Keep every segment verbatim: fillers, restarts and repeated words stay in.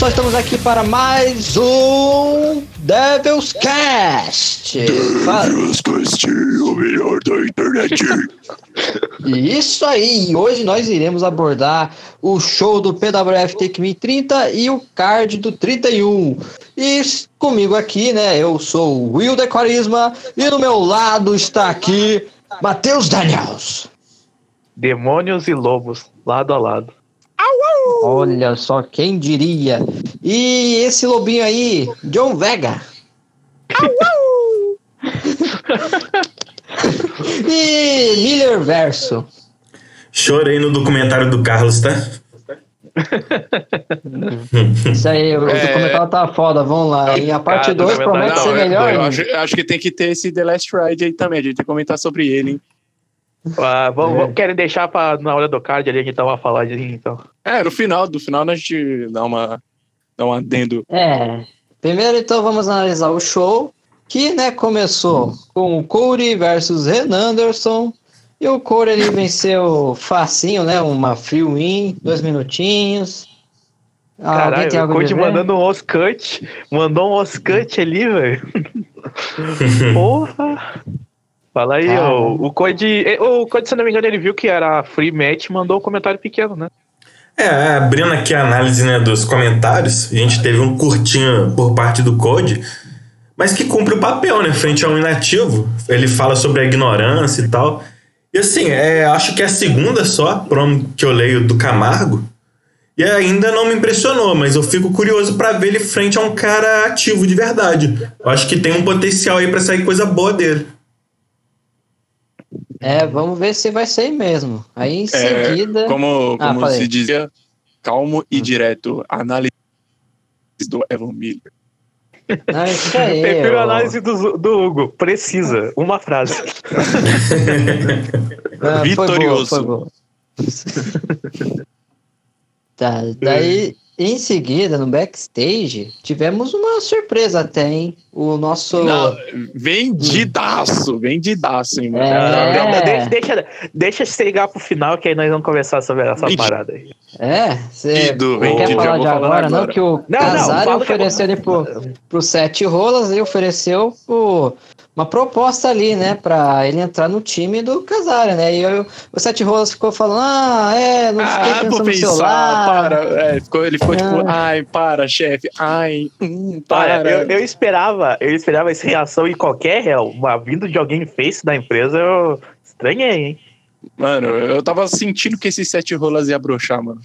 pessoal, estamos aqui para mais um Devil's Cast. Devil's Cast, o melhor da internet. Isso aí, hoje nós iremos abordar o show do P W F Take Me trinta e o card do trinta e um. E comigo aqui, né, eu sou o Will de Quaresma e do meu lado está aqui Matheus Daniels. Demônios e lobos, lado a lado. Olha só, quem diria? E esse lobinho aí, John Vega. E Miller Verso. Chorei no documentário do Carlos, tá? Isso aí, o É... documentário tá foda, vamos lá. E a parte dois promete não, ser melhor. Eu acho, eu acho que tem que ter esse The Last Ride aí também, a gente tem que comentar sobre ele, hein? Ah, vamos, é. vamos, querem deixar pra, na hora do card ali a gente dar uma faladinha, então. É, no final, do final a gente dá uma dá um adendo. É, primeiro então vamos analisar o show, que, né, começou com o Cody versus Renan Anderson, e o Cody ele venceu facinho, né, uma free win, dois minutinhos. Caralho, o Cody mandando um Oscut, mandou um Oscut ali, velho. Porra! Fala aí, o, o Cody, o Cody, se não me engano, ele viu que era free match e mandou um comentário pequeno, né? É, abrindo aqui a análise, né, dos comentários, a gente teve um curtinho por parte do Cody, mas que cumpre o papel, né, frente a um inativo. Ele fala sobre a ignorância e tal. E assim, é, acho que é a segunda só promo que eu leio do Camargo, e ainda não me impressionou, mas eu fico curioso pra ver ele frente a um cara ativo de verdade. Eu acho que tem um potencial aí pra sair coisa boa dele. É, vamos ver se vai ser mesmo. Aí em seguida... É, como como ah, se dizia, calmo e direto. Análise do Evan Miller. Ah, isso aí, Prefiro ó. a análise do, do Hugo. Precisa. Uma frase. Ah, vitorioso. Foi boa, foi boa. Tá, daí... Em seguida, no backstage, tivemos uma surpresa até, hein? O nosso... Não, vendidaço, vendidaço, hein, mano. É. Não, não, deixa, deixa, deixa chegar pro final, que aí nós vamos conversar sobre essa Vendido. parada aí. É? Você não Vendido, quer falar já de vou falar agora, não? agora. Que o Não, Casari não, ofereceu ali pro, pro Sete Rolas, ele ofereceu pro... uma proposta ali, né, pra ele entrar no time do Casari, né, e eu, o Sete Rolas ficou falando, ah, é, não fiquei Ah, pensando vou no pensar, celular. para. É, ficou, ele ficou Ah. tipo, ai, para, chefe, ai, hum, para. Olha, eu, eu esperava, eu esperava essa reação em qualquer réu. Uma vinda de alguém face da empresa, eu estranhei, hein? Mano, eu tava sentindo que esses Sete Rolas ia broxar, mano.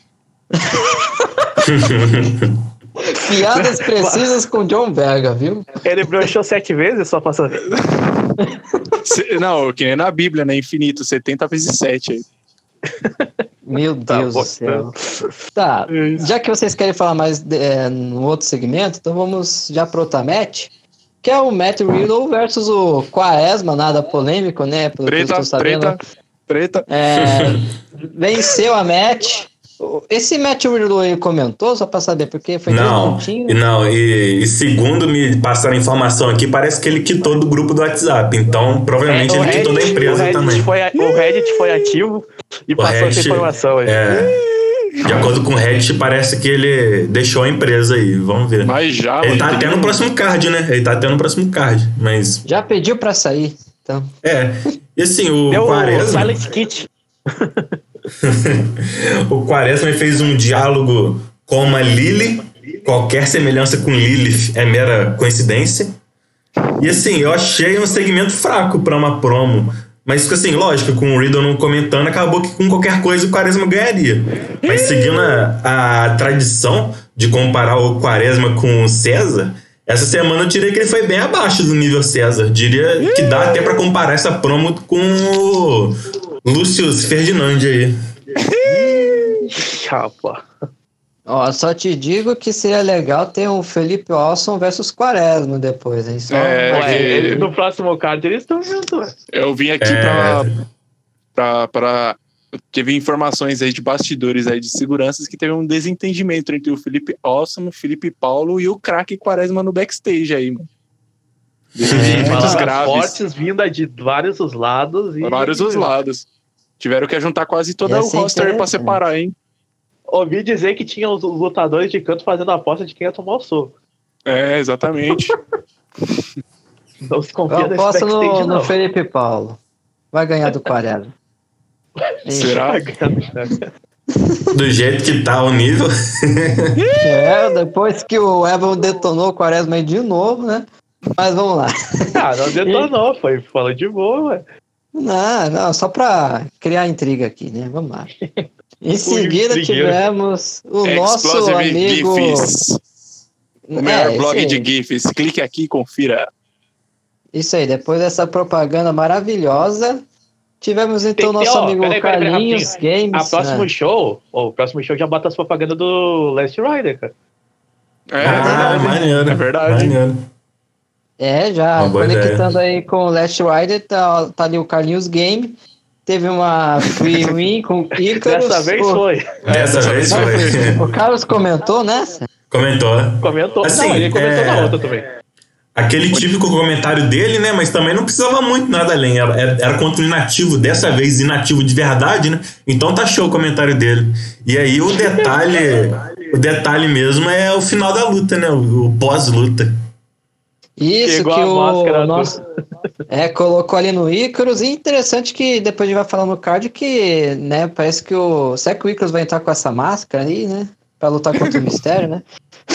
Piadas precisas com John Vega, viu? Ele broxou sete vezes só pra saber. Não, que nem na Bíblia, né, infinito, setenta vezes sete aí. Meu Tá Deus bom, do céu. Tá, já que vocês querem falar mais é, no outro segmento, então vamos já pro outro match, que é o Matt Riddle versus o Quaresma, nada polêmico, né? Pelo que eu Preta, estou sabendo. preta, preta. É, venceu a match. Esse Matt Riddle ele comentou, só pra saber, porque foi Não, minutinhos. e não, e, e segundo me passaram a informação aqui, parece que ele quitou do grupo do WhatsApp, então provavelmente É, o ele quitou da Reddit- empresa o Reddit também. Foi, o Reddit foi ativo e O passou essa Reddit, informação aí. é, de acordo com o Reddit, parece que ele deixou a empresa aí, vamos ver. Mas já, Ele mano, tá tem até um- no próximo card, né? Ele tá até no próximo card, mas... Já pediu pra sair, então. É, e assim, o Deu o Quaresma... Silent Kit. O Quaresma fez um diálogo com uma Lily. Qualquer semelhança com Lilith é mera coincidência. E assim, eu achei um segmento fraco pra uma promo. Mas assim, lógico, com o Riddle não comentando, acabou que com qualquer coisa o Quaresma ganharia. Mas seguindo a, a tradição de comparar o Quaresma com o César, essa semana eu diria que ele foi bem abaixo do nível César. Diria que dá até pra comparar essa promo com o Lúcio Ferdinand aí. Chapa. Ó, só te digo que seria legal ter um Felipe Olson versus Quaresma depois, hein? Só É, mas- que- Ele, no próximo card eles estão juntos, velho. Eu vim aqui É. pra, pra, pra... Teve informações aí de bastidores aí de seguranças que teve um desentendimento entre o Felipe Olson, o Felipe Paulo e o craque Quaresma no backstage aí, mano. Desentendimentos Palavras graves. fortes vinda de vários os lados. E... Vários os lados. Tiveram que juntar quase todo Ia o ser roster pra interessante. separar, hein? Ouvi dizer que tinha os, os lutadores de canto fazendo a aposta de quem ia tomar o soco. É, exatamente. Não se confia Eu nesse aposto no, backstage, no não. Felipe Paulo. Vai ganhar do Quaresma. Será? Do jeito que tá o nível. É, depois que o Evan detonou o Quaresma aí de novo, né? Mas vamos lá. Ah, não detonou, foi falou de boa, ué. Não, não, só pra criar intriga aqui, né? Vamos lá. Em seguida intrigueiro. tivemos o nosso Explosive amigo... GIFs. O melhor É, blog esse aí. de GIFs. Clique aqui e confira. Isso aí, depois dessa propaganda maravilhosa, tivemos então o Tem que ter, nosso ó, amigo peraí, peraí, Carlinhos A Games. próximo né? show, ó, o próximo show já bota as propagandas do Last Rider, cara. É, ah, verdade. maneiro. É verdade. Maneiro. É, já Uma boa conectando aí com o Last Rider, tá, tá ali o Carlinhos Game. Teve uma free win com o Icarus. Dessa vez o, foi. Dessa vez foi. o Carlos comentou nessa? Comentou. Comentou. Assim, não, ele comentou é- na outra também. Aquele típico comentário dele, né? Mas também não precisava muito nada além. Era, era, era contra o inativo, dessa vez inativo de verdade, né? Então tá show o comentário dele. E aí o detalhe, o detalhe mesmo é o final da luta, né? O, o pós-luta. Isso, Pegou que a o máscara do- nosso, é, colocou ali no Icarus. E interessante que depois a gente vai falar no card que, né, parece que o... Será que o Icarus vai entrar com essa máscara aí, né? Pra lutar contra o Mistério, né?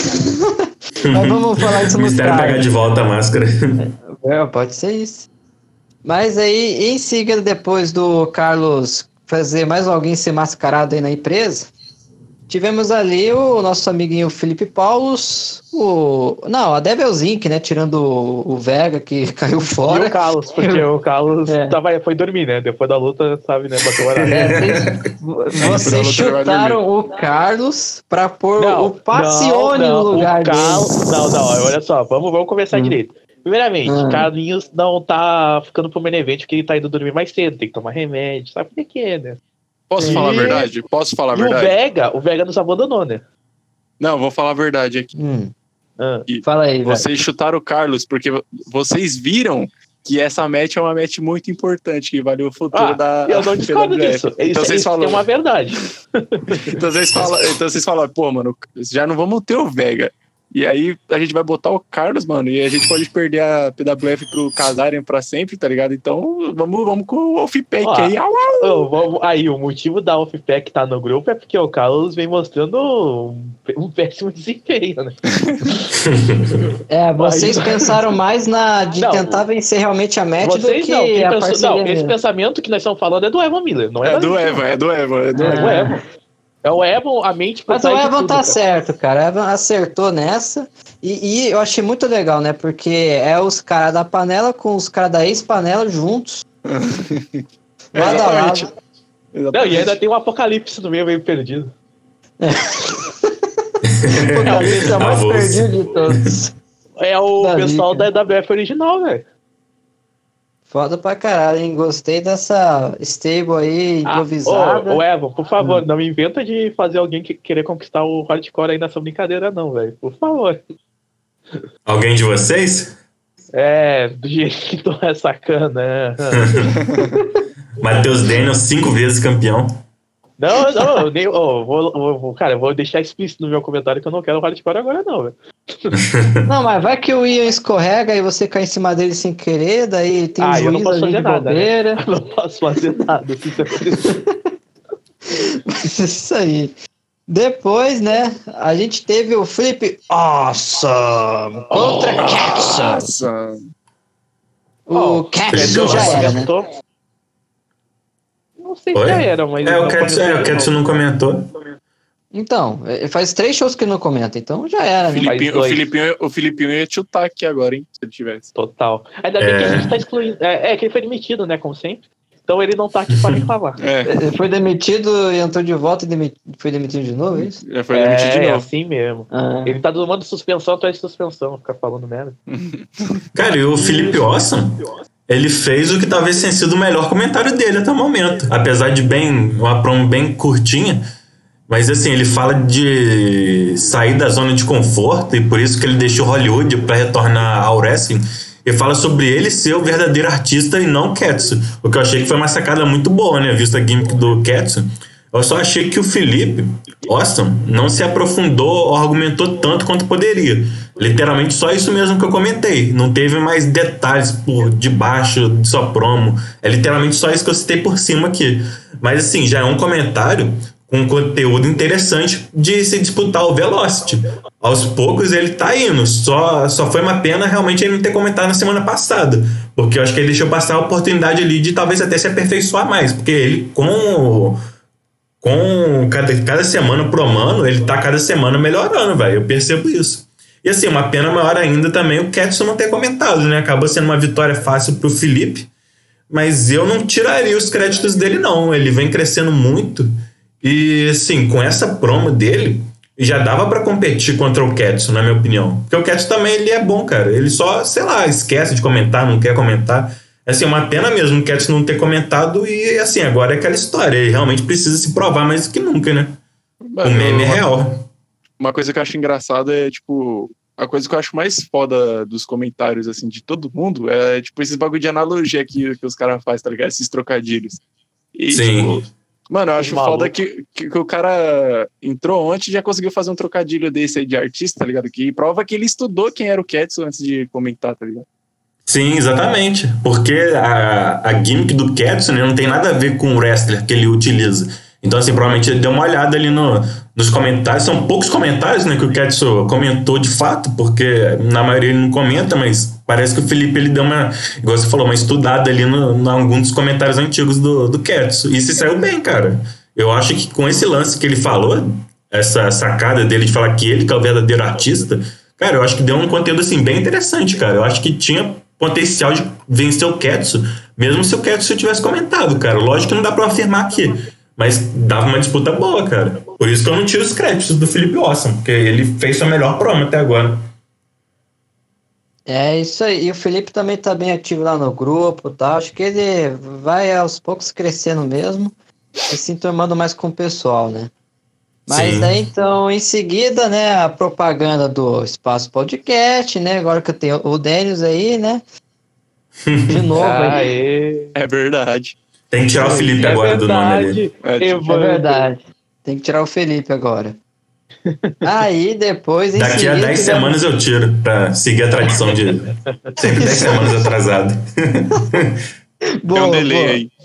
Mas vamos falar isso O no mistério card. pegar de volta a máscara. É, pode ser isso. Mas aí, em seguida, depois do Carlos fazer mais alguém ser mascarado aí na empresa, tivemos ali o nosso amiguinho Felipe Paulos, o... Não, a Devilzink, né? Tirando o, o Vega, que caiu E fora. o Carlos, porque o Carlos É. tava, foi dormir, né? Depois da luta, sabe, né? Bateu o horário. É, vocês vocês chutaram o Carlos pra pôr o Passione não, no lugar o Carlos, dele. Não, não, olha só, vamos, vamos conversar Hum. direito. Primeiramente, Hum. Carlinhos não tá ficando pro main event porque ele tá indo dormir mais cedo, tem que tomar remédio, sabe o que é, né? Posso E- falar a verdade? Posso falar a E o verdade? Vega, o Vega nos abandonou, né? Não, vou falar a verdade aqui. Hum, Ah. fala aí, velho. Vocês chutaram o Carlos porque vo- vocês viram que essa match é uma match muito importante, que valeu o futuro Ah, da eu não discordo P W F. disso. Então Isso, vocês isso falam, é uma verdade. então vocês falam, então vocês falam, pô, mano, já não vamos ter o Vega. E aí a gente vai botar o Carlos, mano, e a gente pode perder a P W F pro Kazarian pra sempre, tá ligado? Então vamos, vamos com o Wolfpack Ó, aí. Au, au. Ô, vamos- aí, o motivo da Wolfpack tá no grupo é porque o Carlos vem mostrando um, um péssimo desempenho, né? É, vocês Aí- pensaram mais na de Não, tentar vencer realmente a match Vocês do que não, quem a pensou- parceria não, esse mesmo. pensamento que nós estamos falando é do Evan Miller, não é, É da do gente, Evan, é do Evan, é do É. não. Evan. É o Evan. É o Evan, a mente por Mas o trás de Evan tudo, tá cara. certo, cara. O Evan acertou nessa. E, e eu achei muito legal, né? Porque é os caras da panela com os caras da ex-panela juntos. Lado a lado. Exatamente. Não, e ainda tem um apocalipse no meio, meio perdido. O Apocalipse é o mais Avulso. perdido de todos. É o Da pessoal Liga. da W F original, velho. Foda pra caralho, hein? Gostei dessa stable aí, improvisada. Ah, ô, ô, Evan, por favor, Hum. não me inventa de fazer alguém que querer conquistar o hardcore aí nessa brincadeira, não, velho. Por favor. Alguém de vocês? É, do jeito que tu é sacana. É. Matheus Daniel, cinco vezes campeão. Não, não, eu nem, oh, vou, vou- vou- cara, eu vou deixar explícito no meu comentário que eu não quero hardcore agora, não, velho. Não, mas vai que o Ian escorrega e você cai em cima dele sem querer, daí tem um Ah, eu não juiz posso ali de fazer nada, né? bobeira. Eu não posso fazer nada. se isso acontecer. Mas isso aí. Depois, né, a gente teve o Flip Awesome contra Oh. Ketsu. Nossa. O Oh, Ketsu Ketsu já era, né? comentou. Não sei Oi? se já era, mas. É, o não Ketsu, é, o comentou, Ketsu não comentou. Então, eh, faz três shows que ele não comenta, então já era, né? Filipinho, o, dois. Filipinho, o Filipinho ia chutar aqui agora, hein? Se ele tivesse. Total. Ainda bem que É. a gente tá excluindo. É, é que ele foi demitido, né? Como sempre. Então ele não tá aqui pra reclamar. É, Ele foi demitido e entrou de volta e demi- foi demitido de novo, é isso? já foi demitido é, de novo. assim mesmo. Ah, Ele tá tomando suspensão atrás de suspensão, ficar falando merda. Cara, e o Felipe Awesome, ele fez o que talvez tenha sido o melhor comentário dele até o momento. Apesar de bem, uma promo bem curtinha. Mas assim, ele fala de sair da zona de conforto e por isso que ele deixou Hollywood pra retornar ao wrestling. Ele fala sobre ele ser o verdadeiro artista e não Ketsu. O que eu achei que foi uma sacada muito boa, né? Visto a gimmick do Ketsu. Eu só achei que o Felipe Awesome não se aprofundou ou argumentou tanto quanto poderia. Literalmente só isso mesmo que eu comentei. Não teve mais detalhes por debaixo de sua promo. É literalmente só isso que eu citei por cima aqui. Mas assim, já é um comentário com um conteúdo interessante de se disputar o Velocity. Aos poucos ele tá indo. Só, só foi uma pena realmente ele não ter comentado na semana passada. Porque eu acho que ele deixou passar a oportunidade ali de talvez até se aperfeiçoar mais. Porque ele, com... Com cada, cada semana promando, ele tá cada semana melhorando, velho. Eu percebo isso. E assim, uma pena maior ainda também o Ketsu não ter comentado, né? Acabou sendo uma vitória fácil pro Felipe, mas eu não tiraria os créditos dele, não. Ele vem crescendo muito. E assim, com essa promo dele, já dava pra competir contra o Ketsu, na minha opinião. Porque o Ketsu também, ele é bom, cara. Ele só, sei lá, esquece de comentar, não quer comentar. Assim, é uma pena mesmo o Ketsu não ter comentado e, assim, agora é aquela história. Ele realmente precisa se provar mais do que nunca, né? Mano, o meme é real. Uma coisa que eu acho engraçada é, tipo... A coisa que eu acho mais foda dos comentários, assim, de todo mundo é, tipo, esses bagulho de analogia que, que os caras fazem, tá ligado? Esses trocadilhos. E, Sim. Tipo, mano, eu acho foda que, que, que o cara entrou ontem e já conseguiu fazer um trocadilho desse aí de artista, tá ligado? Que prova que ele estudou quem era o Ketsu antes de comentar, tá ligado? Sim, exatamente. Porque a, a gimmick do Ketsu, né, não tem nada a ver com o wrestler que ele utiliza. Então, assim, provavelmente ele deu uma olhada ali no, nos comentários. São poucos comentários, né, que o Ketsu comentou de fato, porque na maioria ele não comenta, mas parece que o Felipe ele deu uma, igual você falou, uma estudada ali no, no algum dos comentários antigos do, do Ketsu. E se saiu bem, cara. Eu acho que com esse lance que ele falou, essa sacada dele de falar que ele que é o verdadeiro artista, cara, eu acho que deu um conteúdo, assim, bem interessante, cara. Eu acho que tinha potencial de vencer o Ketsu, mesmo se o Ketsu tivesse comentado, cara. Lógico que não dá pra afirmar aqui, mas dava uma disputa boa, cara. Por isso que eu não tiro os créditos do Felipe Awesome, porque ele fez sua melhor promo até agora. É isso aí. E o Felipe também tá bem ativo lá no grupo e tal. Acho que ele vai aos poucos crescendo mesmo e se enturmando mais com o pessoal, né? Mas Sim. aí, então, em seguida, né, a propaganda do Espaço Podcast, né, agora que eu tenho o Denis aí, né, de novo aí. É verdade. Tem que tirar o Felipe É agora do nome ali. verdade. É, tipo, É Evandro. verdade, tem que tirar o Felipe agora. Aí, depois, em Daqui a seguida, dez tivemos- semanas eu tiro, pra seguir a tradição de sempre dez semanas atrasado. Tem Boa, um delay boa. aí.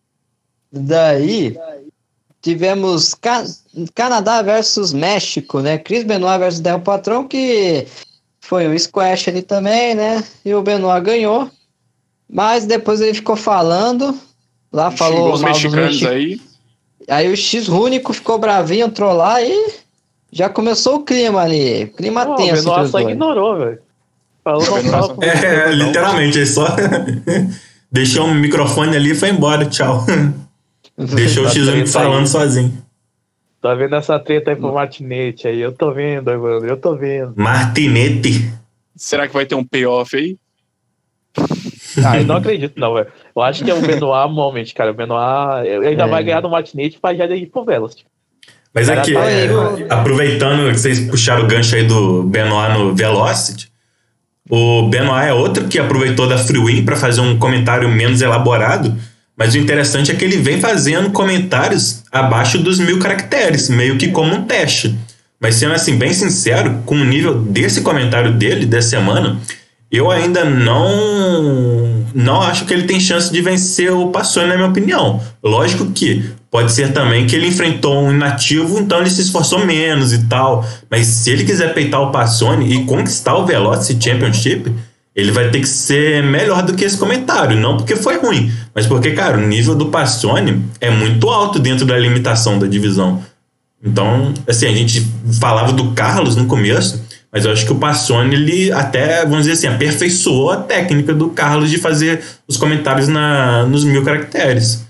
Daí, tivemos Ca- Canadá versus México, né, Chris Benoit versus Del Patrão, que foi um squash ali também, né, e o Benoit ganhou, mas depois ele ficou falando, lá Xingou falou os mal dos mexicanos mexicanos. aí. Aí o X-Único ficou bravinho, entrou lá e já começou o clima ali. Clima Não, o tenso. entre Benoit os só dois. ignorou, velho. Falou, não Benoit fala só- com É, você, não. literalmente, ele só deixou o microfone ali e foi embora, tchau. Deixou o Tá X um treta falando aí. sozinho. Tá vendo essa treta aí pro Martinete aí? Eu tô vendo, Evandro, eu tô vendo. Martinete. Será que vai ter um payoff aí? Ah, eu não acredito, não, velho. Eu acho que é o Benoit moment, cara. O Benoit ele ainda É. vai ganhar do Martinete pra já ir pro Velas. Mas Cara, aqui, tá é, aí, aproveitando que vocês puxaram o gancho aí do Benoit no Velocity, o Benoit é outro que aproveitou da Freewin para fazer um comentário menos elaborado, mas o interessante é que ele vem fazendo comentários abaixo dos mil caracteres, meio que como um teste. Mas sendo assim, bem sincero, com o nível desse comentário dele, dessa semana, eu ainda não não acho que ele tem chance de vencer o Passoni, na minha opinião. Lógico que pode ser também que ele enfrentou um inativo, então ele se esforçou menos e tal. Mas se ele quiser peitar o Passoni e conquistar o Velocity Championship, ele vai ter que ser melhor do que esse comentário. Não porque foi ruim, mas porque, cara, o nível do Passoni é muito alto dentro da limitação da divisão. Então, assim, a gente falava do Carlos no começo, mas eu acho que o Passoni, ele até, vamos dizer assim, aperfeiçoou a técnica do Carlos de fazer os comentários na, nos mil caracteres.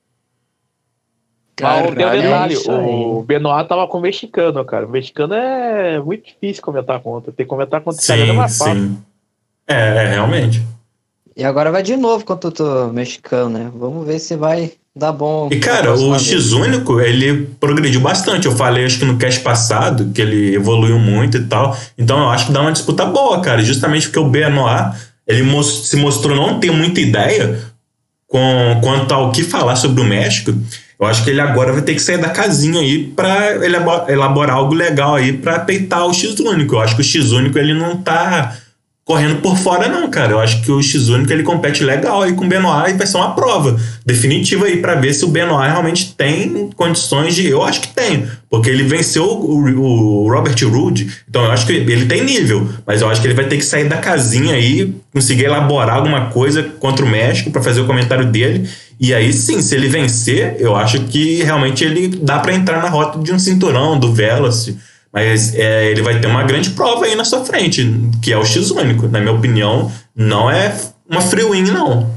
Mas tem um Caralho, detalhe, é isso o Benoit tava com o mexicano, cara. O mexicano é muito difícil comentar contra. Tem que comentar contra o italiano é Sim, mais fácil. sim. É, é, realmente. E agora vai de novo contra o mexicano, né? Vamos ver se vai dar bom. E, cara, na próxima o vez. X-Único, ele progrediu bastante. Eu falei, acho que no cast passado, que ele evoluiu muito e tal. Então, eu acho que dá uma disputa boa, cara. Justamente porque o Benoit, ele mos- se mostrou não ter muita ideia com, quanto ao que falar sobre o México. Eu acho que ele agora vai ter que sair da casinha aí pra elaborar algo legal aí pra peitar o X-Único. Eu acho que o X-Único ele não tá correndo por fora não, cara. Eu acho que o X-Único ele compete legal aí com o Benoit e vai ser uma prova definitiva aí pra ver se o Benoit realmente tem condições de... Eu acho que tem, porque ele venceu o, o Robert Roode, então eu acho que ele tem nível, mas eu acho que ele vai ter que sair da casinha aí, conseguir elaborar alguma coisa contra o México pra fazer o comentário dele, e aí sim, se ele vencer, eu acho que realmente ele dá pra entrar na rota de um cinturão, do Veloci. Mas é, ele vai ter uma grande prova aí na sua frente, que é o X-Único. Na minha opinião, não é uma free win, não.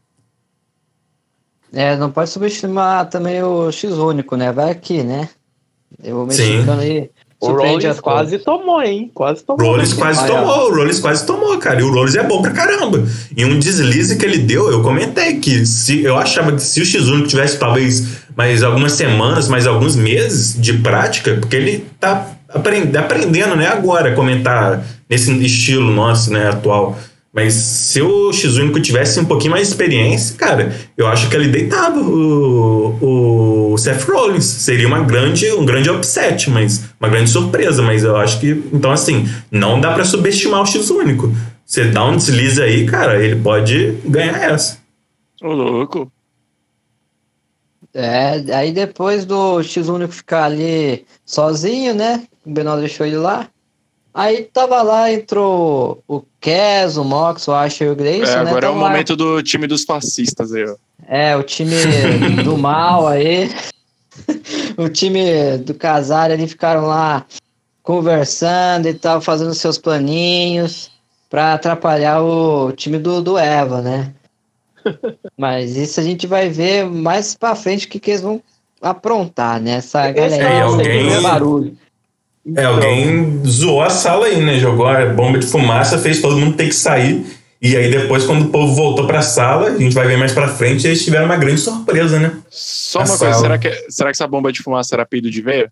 É, não pode subestimar também o X-Único, né? Vai aqui, né? O mexicano aí o Rollins quase tomou, hein? Quase tomou. O Rollins quase ah, tomou, é. o Rollins quase tomou, cara. E o Rollins é bom pra caramba. E um deslize que ele deu, eu comentei que se, eu achava que se o X-Único tivesse talvez mais algumas semanas, mais alguns meses de prática, porque ele tá aprend, aprendendo, né, agora, a comentar nesse estilo nosso, né, atual. Mas se o X-Único tivesse um pouquinho mais de experiência, cara, eu acho que ele deitava o, o Seth Rollins. Seria uma grande, um grande upset, mas uma grande surpresa. Mas eu acho que, então assim, não dá pra subestimar o X-Único. Você dá um deslize aí, cara, ele pode ganhar essa. Ô, louco. É, aí depois do X-Único ficar ali sozinho, né, o Benoit deixou ele lá. Aí tava lá, entrou o Cass, o Mox, o Asher e o Grayson, é, né? Agora é o lá. momento do time dos fascistas aí, ó. É, o time do mal aí. O time do Casar, eles ficaram lá conversando e tal, fazendo seus planinhos pra atrapalhar o time do, do Eva, né? Mas isso a gente vai ver mais pra frente o que, que eles vão aprontar, né? Essa galera é, alguém... barulho. É, alguém zoou a sala aí, né? Jogou a bomba de fumaça, fez todo mundo ter que sair. E aí depois, quando o povo voltou pra sala, a gente vai ver mais pra frente, eles tiveram uma grande surpresa, né? Só uma a coisa, será que, será que essa bomba de fumaça era peido de veia?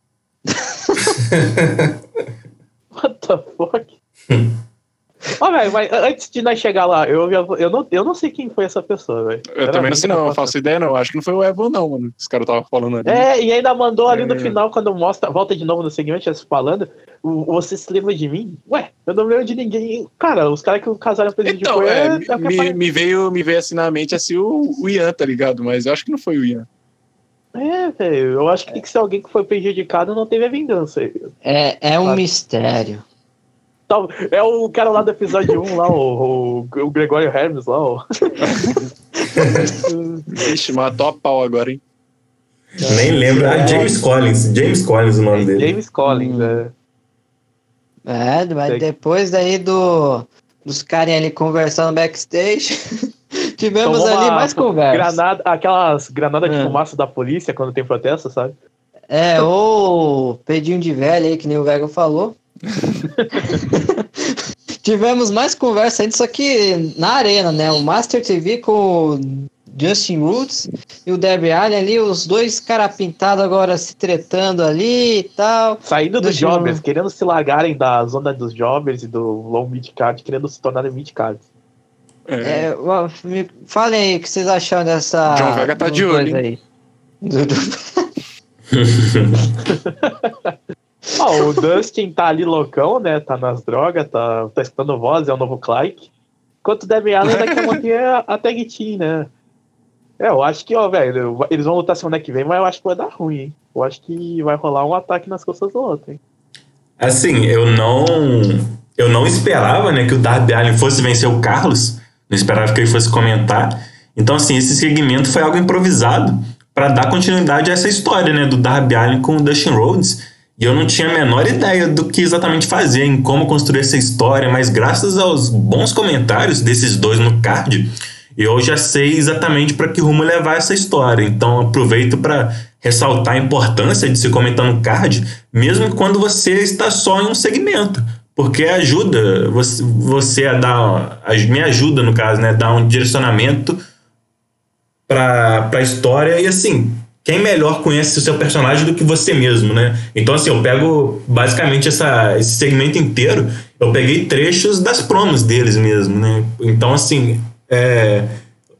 What the fuck? Ó, oh, velho, mas antes de nós chegar lá, eu, eu, não, eu não sei quem foi essa pessoa, velho. Eu Era também não sei, não, eu faço ideia, não. Acho que não foi o Evan, não, mano. Esse cara tava falando ali. É, e ainda mandou ali é. no final, quando mostra, volta de novo no segmento, falando, você se lembra de mim? Ué, eu não lembro de ninguém. Cara, os caras que casaram presente então, de é, é, é me, me, veio, me veio assim na mente assim, o, o Ian, tá ligado? Mas eu acho que não foi o Ian. É, velho, eu acho que tem que ser alguém que foi prejudicado e não teve a vingança. É, é um claro. mistério. É o cara lá do episódio um, lá, o, o, o Gregório Hermes, lá, ó. Ixi, matou a pau agora, hein? Nem lembro. Ah, James Collins. James Collins o nome é, dele. James Collins, hum. é. É, mas depois daí do, dos caras ali conversando backstage, tivemos Tomou ali mais conversa. Granada, aquelas granadas de é. fumaça da polícia quando tem protesto, sabe? É, ou pedinho de velho aí, que nem o Vega falou. Tivemos mais conversa ainda, só que na arena, né? O Master T V com o Justin Roots e o Darby Allin ali, os dois caras pintados agora se tretando ali e tal. Saindo dos jobbers, querendo se largarem da zona dos jobbers e do low mid-card, querendo se tornarem mid-card. É. É, me falem aí o que vocês acharam dessa. John Vega tá de olho aí. Oh, o Dustin tá ali loucão, né? Tá nas drogas, tá, tá escutando voz, é o novo Clark. Enquanto o Darby Allin ainda quer manter a, a tag team, né? É, eu acho que, ó, velho, eles vão lutar semana que vem, mas eu acho que vai dar ruim, hein? Eu acho que vai rolar um ataque nas costas do outro, hein? Assim, eu não... Eu não esperava, né, que o Darby Allin fosse vencer o Carlos. Não esperava que ele fosse comentar. Então, assim, esse segmento foi algo improvisado para dar continuidade a essa história, né, do Darby Allin com o Dustin Rhodes. E eu não tinha a menor ideia do que exatamente fazer, em como construir essa história, mas graças aos bons comentários desses dois no card, eu já sei exatamente para que rumo levar essa história. Então aproveito para ressaltar a importância de se comentar no card, mesmo quando você está só em um segmento, porque ajuda você, você a dar, me ajuda no caso, né, dar um direcionamento para a história e assim... Quem melhor conhece o seu personagem do que você mesmo, né? Então, assim, eu pego basicamente essa, esse segmento inteiro, eu peguei trechos das promos deles mesmo, né? Então, assim, é,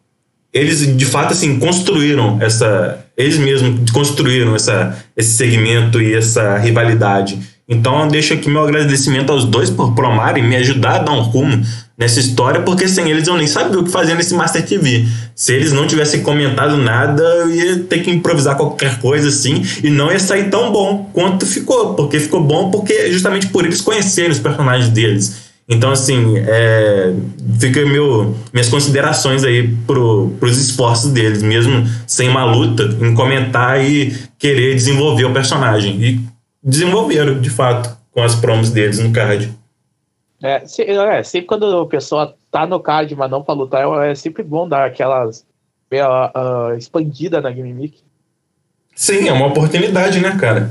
eles de fato assim construíram essa, eles mesmos construíram essa, esse segmento e essa rivalidade. Então eu deixo aqui meu agradecimento aos dois por promarem me ajudar a dar um rumo nessa história, porque sem eles eu nem sabia o que fazer nesse Master T V. Se eles não tivessem comentado nada, eu ia ter que improvisar qualquer coisa assim, e não ia sair tão bom quanto ficou, porque ficou bom porque justamente por eles conhecerem os personagens deles. Então, assim, é, fica meu, minhas considerações aí pro, pros esforços deles, mesmo sem uma luta, em comentar e querer desenvolver o personagem. E desenvolveram, de fato, com as promos deles no card. É, se, é, sempre quando a pessoa tá no card, mas não pra lutar, é sempre bom dar aquelas meio uh, expandida na gimmick. Sim, é uma oportunidade, né, cara?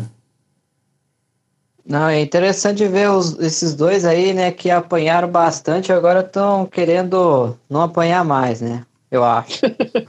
Não, é interessante ver os, esses dois aí, né, que apanharam bastante, agora estão querendo não apanhar mais, né? Eu acho.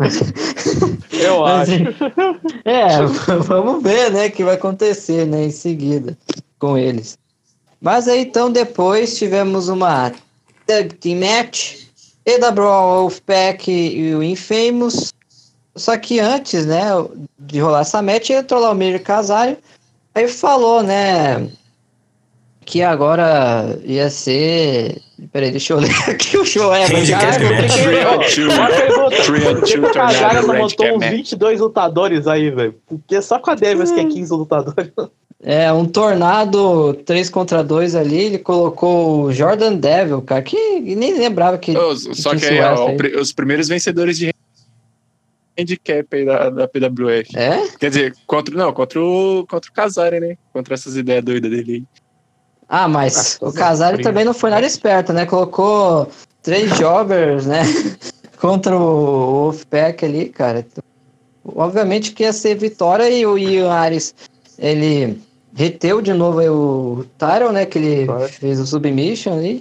Eu Mas, acho. É, vamos ver, né, o que vai acontecer, né, em seguida com eles. Mas aí, então, depois tivemos uma Tag Team Match, E W O Wolfpack e o Infamous. Só que antes, né, de rolar essa match, entrou lá o Miro Casário, aí falou, né, que agora ia ser... Peraí, deixa eu ler aqui o show. É, mas Handicap caralho, match. Three on two. Uma pergunta. Three on Por que two o Casário tornado não red montou cap uns match. vinte e dois lutadores aí, velho? Porque só com a Davis que é quinze lutadores. É, um tornado três contra dois ali, ele colocou o Jordan Devil, cara, que nem lembrava que... Oh, só que aí, ó, os primeiros vencedores de handicap aí da, da P W F. É? Quer dizer, contra, não, contra o, contra o Casari, né? Contra essas ideias doidas dele aí. Ah, mas Ah, o Casário também não foi nada esperto, né? Colocou três jobbers, né? Contra o Wolfpack ali, cara. Obviamente que ia ser vitória e o Ian Ares, ele reteu de novo aí o Tyron, né? Que ele Claro. fez o submission ali.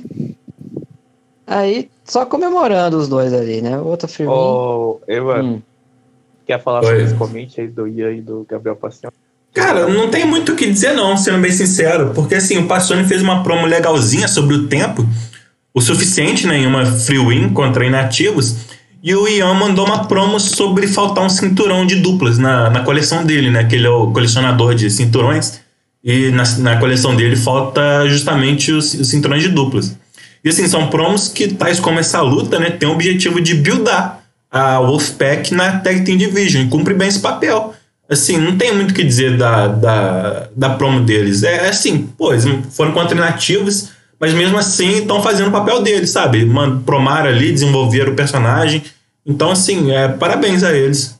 Aí, só comemorando os dois ali, né? O outro firminho. Ô, Evan, Hum. quer falar Oi. sobre esse comente aí do Ian e do Gabriel Passion? Cara, não tem muito o que dizer não, sendo bem sincero, porque assim, o Passoni fez uma promo legalzinha sobre o tempo, o suficiente, né, em uma free win contra inativos, e o Ian mandou uma promo sobre faltar um cinturão de duplas na, na coleção dele, né, que ele é o colecionador de cinturões, e na, na coleção dele falta justamente os, os cinturões de duplas. E assim, são promos que, tais como essa luta, né, tem o objetivo de buildar a Wolfpack na Tag Team Division, e cumpre bem esse papel. Assim, não tem muito o que dizer da, da, da promo deles. É assim, pô, eles foram contra inativos, mas mesmo assim estão fazendo o papel deles, sabe? Man- Promaram ali, desenvolveram o personagem. Então, assim, é, parabéns a eles.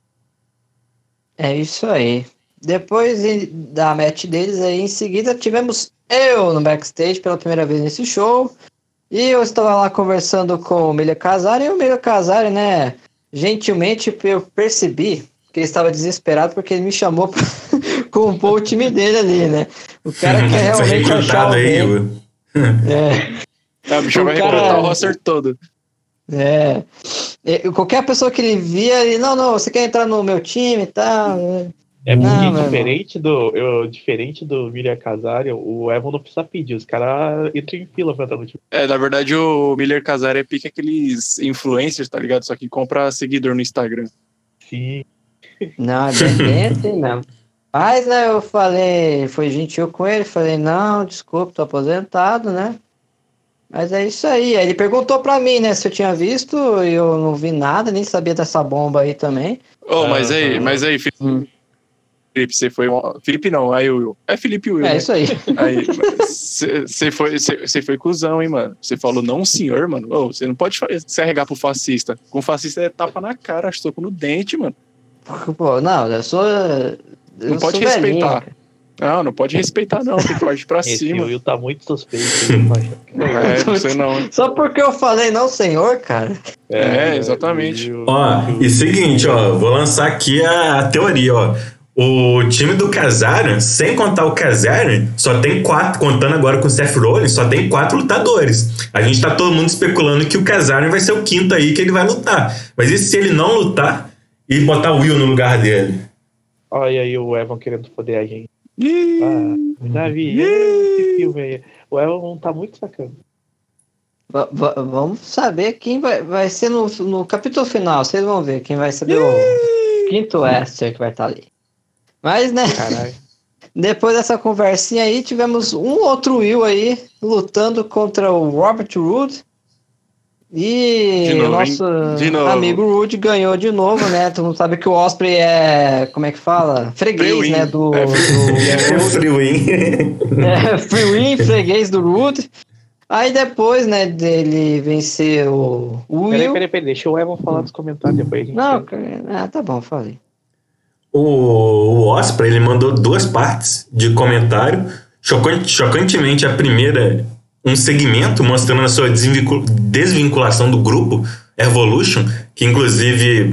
É isso aí. Depois em- da match deles aí, em seguida, tivemos eu no backstage pela primeira vez nesse show. E eu estava lá conversando com o Milha Casari, e o Milha Casari, né, gentilmente eu percebi que ele estava desesperado porque ele me chamou para compor o time dele ali, né? O cara quer Foi realmente achar recrutado aí, alguém. Will. É, Ah, o bicho O vai cara- recrutar o roster todo. é. E qualquer pessoa que ele via, ele, não, não, você quer entrar no meu time e tal. né? É porque Não, meu diferente, do, eu, diferente do Miriam Casario, o Evan não precisa pedir, os caras entram em fila pra entrar no time. É, na verdade, o Miller Casari é pique aqueles influencers, tá ligado? Só que compra seguidor no Instagram. Sim. Não, é bem, bem assim mesmo. Mas, né, eu falei, foi gentil com ele, falei, não, desculpa, tô aposentado, né? Mas é isso aí. Aí ele perguntou pra mim, né, se eu tinha visto, e eu não vi nada, nem sabia dessa bomba aí também. Ô, mas aí, Aham. mas aí, Felipe, Hum. você foi. um- Felipe não, aí o Will. É Felipe Will. É né? isso aí. Aí, você foi, você foi cuzão, hein, mano? Você falou, não, senhor, mano. Ô, você não pode fa- se arregar pro fascista. Com fascista é tapa na cara, soco no dente, mano. Pô, não, eu sou. Eu Não pode sou velhinho, respeitar. cara. Não, não pode respeitar, não. Tem que partir pra Esse cima. Will tá muito suspeito. hein, Paixão? É, você não. Só porque eu falei não, senhor, cara. É, exatamente. Will- Ó, e seguinte, ó, vou lançar aqui a, a teoria, ó. O time do Kazarian, sem contar o Kazarian, só tem quatro, contando agora com o Seth Rollins, só tem quatro lutadores. A gente tá todo mundo especulando que o Kazarian vai ser o quinto aí que ele vai lutar. Mas e se ele não lutar e botar o Will no lugar dele? Olha aí o Evan querendo foder a gente. Ih, Ah, Davi, esse filme aí. O Evan tá muito sacana. V- v- vamos saber quem vai, vai ser no, no capítulo final. Vocês vão ver quem vai saber o quinto Esther que vai estar ali. Mas, né? Caralho. Depois dessa conversinha aí, tivemos um outro Will aí lutando contra o Robert Roode. E De novo, o nosso hein? De novo. amigo Roode ganhou de novo, né? Tu não sabe que o Osprey é, como é que fala? Freguês, Free né? win. Do, É, do, É frio, hein? é, free win, freguês do Roode. Aí depois, né, dele vencer o, o Peraí, Will... peraí, peraí. Deixa o Evan falar nos comentários depois. a gente Não, vê. cara, ah, tá bom, falei. O, o Osprey, ele mandou duas partes de comentário. Chocante, chocantemente, a primeira, um segmento mostrando a sua desvincul- desvinculação do grupo Evolution, que inclusive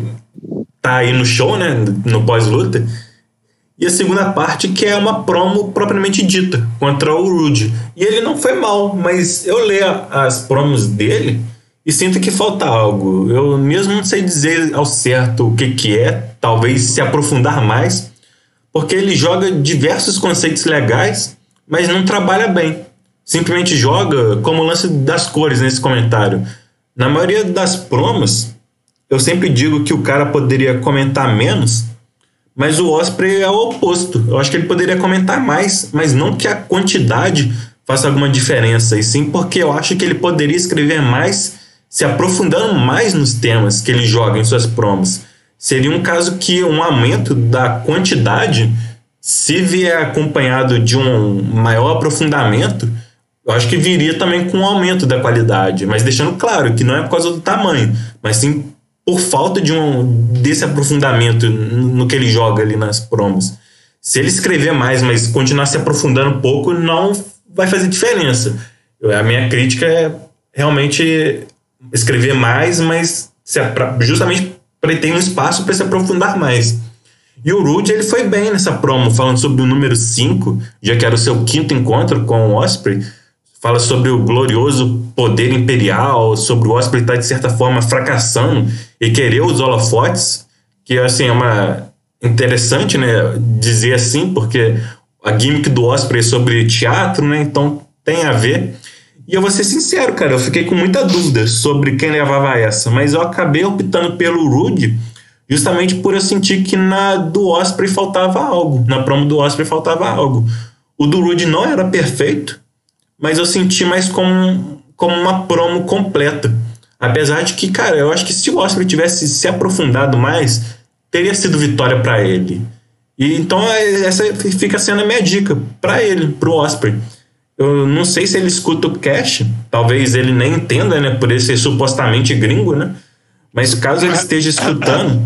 tá aí no show, né, no pós-luta. E a segunda parte, que é uma promo propriamente dita, contra o Roode. E ele não foi mal, mas eu leio as promos dele e sinto que falta algo. Eu mesmo não sei dizer ao certo o que que é, talvez se aprofundar mais, porque ele joga diversos conceitos legais, mas não trabalha bem. Simplesmente joga como o lance das cores nesse comentário. Na maioria das promos, eu sempre digo que o cara poderia comentar menos, mas o Osprey é o oposto. Eu acho que ele poderia comentar mais, mas não que a quantidade faça alguma diferença, e sim porque eu acho que ele poderia escrever mais, se aprofundando mais nos temas que ele joga em suas promos. Seria um caso que um aumento da quantidade, se vier acompanhado de um maior aprofundamento, eu acho que viria também com um aumento da qualidade, mas deixando claro que não é por causa do tamanho, mas sim por falta de um, desse aprofundamento no que ele joga ali nas promos. Se ele escrever mais, mas continuar se aprofundando um pouco, não vai fazer diferença. A minha crítica é realmente escrever mais, mas se apra- justamente para ele ter um espaço para se aprofundar mais. E o Roode, ele foi bem nessa promo, falando sobre o número cinco, já que era o seu quinto encontro com o Osprey. Fala sobre o glorioso poder imperial, sobre o Osprey estar, de certa forma, fracassando e querer os holofotes, que assim, é uma interessante, né, dizer assim, porque a gimmick do Osprey é sobre teatro, né, então tem a ver. E eu vou ser sincero, cara, eu fiquei com muita dúvida sobre quem levava essa, mas eu acabei optando pelo Roode, justamente por eu sentir que na do Osprey faltava algo, na promo do Osprey faltava algo. O do Roode não era perfeito, mas eu senti mais como, como uma promo completa. Apesar de que, cara, eu acho que se o Osprey tivesse se aprofundado mais, teria sido vitória pra ele. E então essa fica sendo a minha dica pra ele, pro Osprey. Eu não sei se ele escuta o Cash, talvez ele nem entenda, né, por ele ser supostamente gringo, né? Mas caso ele esteja escutando,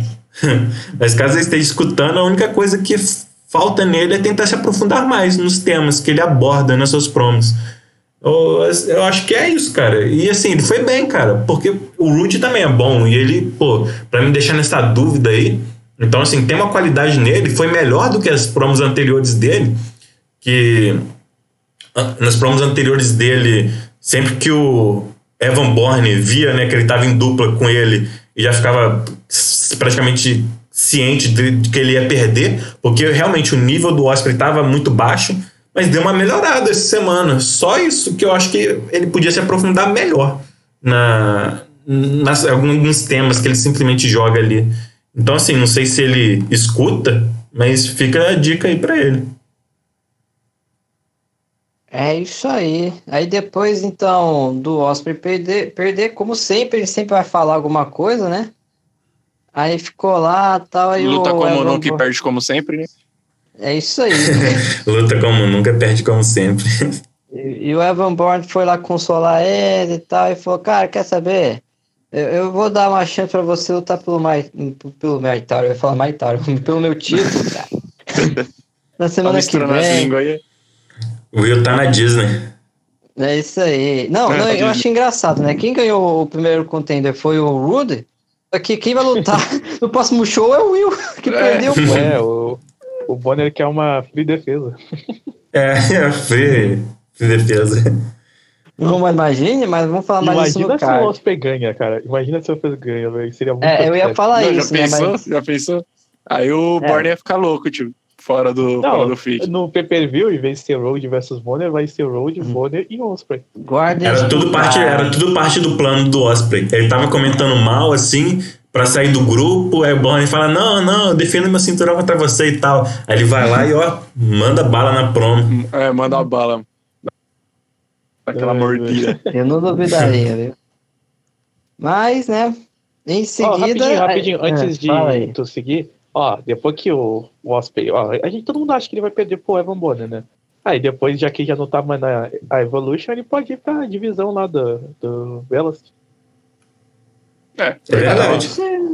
mas caso ele esteja escutando, a única coisa que falta nele é tentar se aprofundar mais nos temas que ele aborda nas suas promos. Eu, eu acho que é isso, cara. E assim, ele foi bem, cara, porque o Roode também é bom. E ele, pô, pra me deixar nessa dúvida aí, então assim, tem uma qualidade nele, foi melhor do que as promos anteriores dele, que nas promos anteriores dele, sempre que o Evan Bourne via, né, que ele tava em dupla com ele e já ficava praticamente ciente de, de que ele ia perder, porque realmente o nível do Osprey tava muito baixo, mas deu uma melhorada essa semana. Só isso que eu acho que ele podia se aprofundar melhor na, nas alguns temas que ele simplesmente joga ali. Então, assim, não sei se ele escuta, mas fica a dica aí pra ele. É isso aí. Aí depois, então, do Osprey perder, perder, como sempre, ele sempre vai falar alguma coisa, né? Aí ficou lá, tal, aí Luta o como Evan nunca e Bourne- perde como sempre, né? É isso aí. Luta como nunca, perde como sempre. E, e o Evan Bourne foi lá consolar ele e tal, e falou, cara, quer saber? Eu, eu vou dar uma chance pra você lutar pelo Mai, pelo Maitário, eu ia falar Maitário, pelo meu título, cara. Na Tá semana que misturando as vem. línguas aí. O Will tá na Disney. É isso aí. Não, É, não, eu Disney. achei engraçado, né? Quem ganhou o primeiro contender foi o Rude. Aqui, quem vai lutar no próximo show é o Will, que É. perdeu. É, o, o Bonner quer uma free defesa. É, é free, free defesa. Não, mas imagine, mas vamos falar mais disso Imagina no se o card. Osprey ganha, cara. Imagina se o Osprey ganha, velho. Seria muito É, eu ia upset. falar Não, já isso, né? pensou? Mas Já pensou? Aí o É. Bourne ia ficar louco, tipo. Fora do, Não, fora do feed. no pay-per-view, em vez de ser Road versus Bonner, vai ser Road, hum. Bonner e Ospreay. Guardem era tudo parte, era tudo parte do plano do Ospreay. Ele tava comentando mal, assim, pra sair do grupo, aí o Bonner fala, não, não, eu defendo meu cinturão contra você e tal. Aí ele vai lá e, ó, manda bala na promo. É, manda a bala. Aquela é, mordida. Eu não duvidaria, viu? Mas, né, em seguida... Oh, rapidinho, rapidinho, é, antes de tu seguir... Ó, depois que o, o Ospreay... Ó, a gente, todo mundo acha que ele vai perder pro Evan Bonner, né? Aí depois, já que já não tá mais na a Evolution, ele pode ir pra divisão lá do, do Velocity. É, é verdade.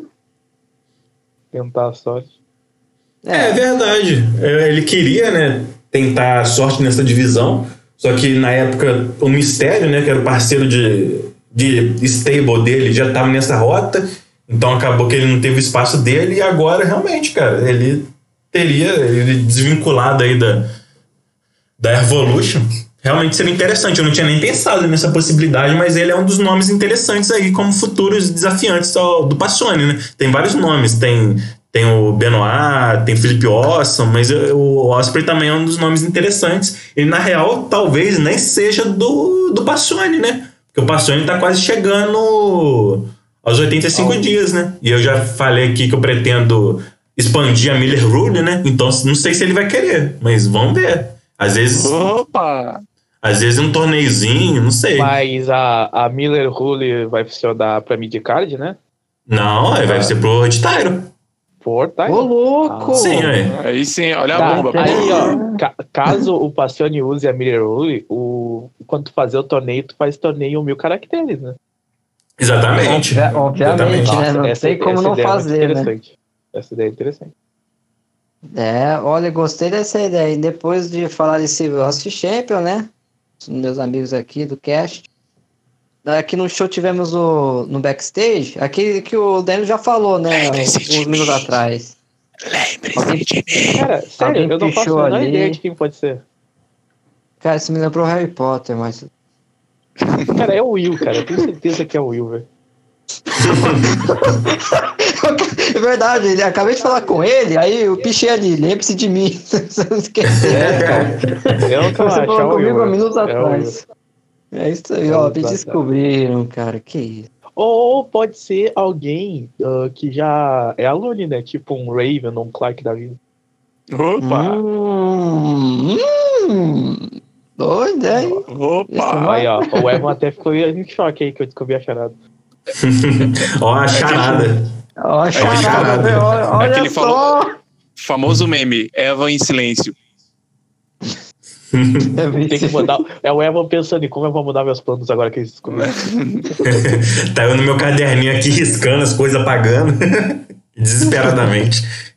Tentar a sorte. É, é verdade. Ele queria, né, tentar a sorte nessa divisão, só que na época o Mistério, né, que era o parceiro de, de stable dele, já tava nessa rota... Então acabou que ele não teve o espaço dele e agora realmente, cara, ele teria ele desvinculado aí da, da Evolution. Realmente seria interessante. Eu não tinha nem pensado nessa possibilidade, mas ele é um dos nomes interessantes aí como futuros desafiantes do, do Passone, né? Tem vários nomes, tem, tem o Benoit, tem Felipe Awesome, mas o Ospreay também é um dos nomes interessantes. Ele, na real, talvez nem seja do, do Passone, né? Porque o Passone tá quase chegando... aos oitenta e cinco oh. dias, né? E eu já falei aqui que eu pretendo expandir a Miller Rule, né? Então não sei se ele vai querer, mas vamos ver. Às vezes... Opa! Às vezes um torneiozinho, não sei. Mas a, a Miller Rule vai funcionar pra midcard, né? Não, ah. vai ser pro Tyro. Por Tyro? Ô, louco! Ah. Sim, aí. Aí sim, olha tá, a bomba. Aí, ó, ca- caso o Passone use a Miller Rule, o, quando tu fazer o torneio, tu faz torneio mil caracteres, né? Exatamente. Obvia- obviamente, Exatamente. né? Não essa, tem como essa não ideia fazer, é né? interessante. Essa ideia é interessante. É, olha, gostei dessa ideia. E depois de falar desse Lost Champion, né? Meus amigos aqui do cast. Aqui no show tivemos o, no backstage, aquele que o Daniel já falou, né? Uns minutos atrás. Lembre-se de mim. Cara, sério, eu não faço a menor ali. ideia de quem pode ser. Cara, isso me lembrou Harry Potter, mas... Cara, é o Will, cara. Eu tenho certeza que é o Will, velho. É verdade, ele, acabei de falar com ele, aí eu pichei ali, lembre-se de mim. Você não esquece. É, cara. Eu não Você acho, falou é o comigo Will, há minutos é atrás. É isso aí, É ó, o me Will. descobriram, cara, que isso. Ou pode ser alguém uh, que já é aluno, né? Tipo um Raven ou um Clark da vida. Opa! Hum, hum, doido, hein? Opa! Aí, ó, o Evan até ficou em choque aí que eu descobri a charada. Ó, a charada. Ó, a É charada, charada. velho, olha, olha Aquele só. falou- Famoso meme, Evan em silêncio. Tem que mudar. É o Evan pensando em como eu vou mudar meus planos agora que eles descobriram. Tá eu no meu caderninho aqui riscando as coisas, apagando. Desesperadamente.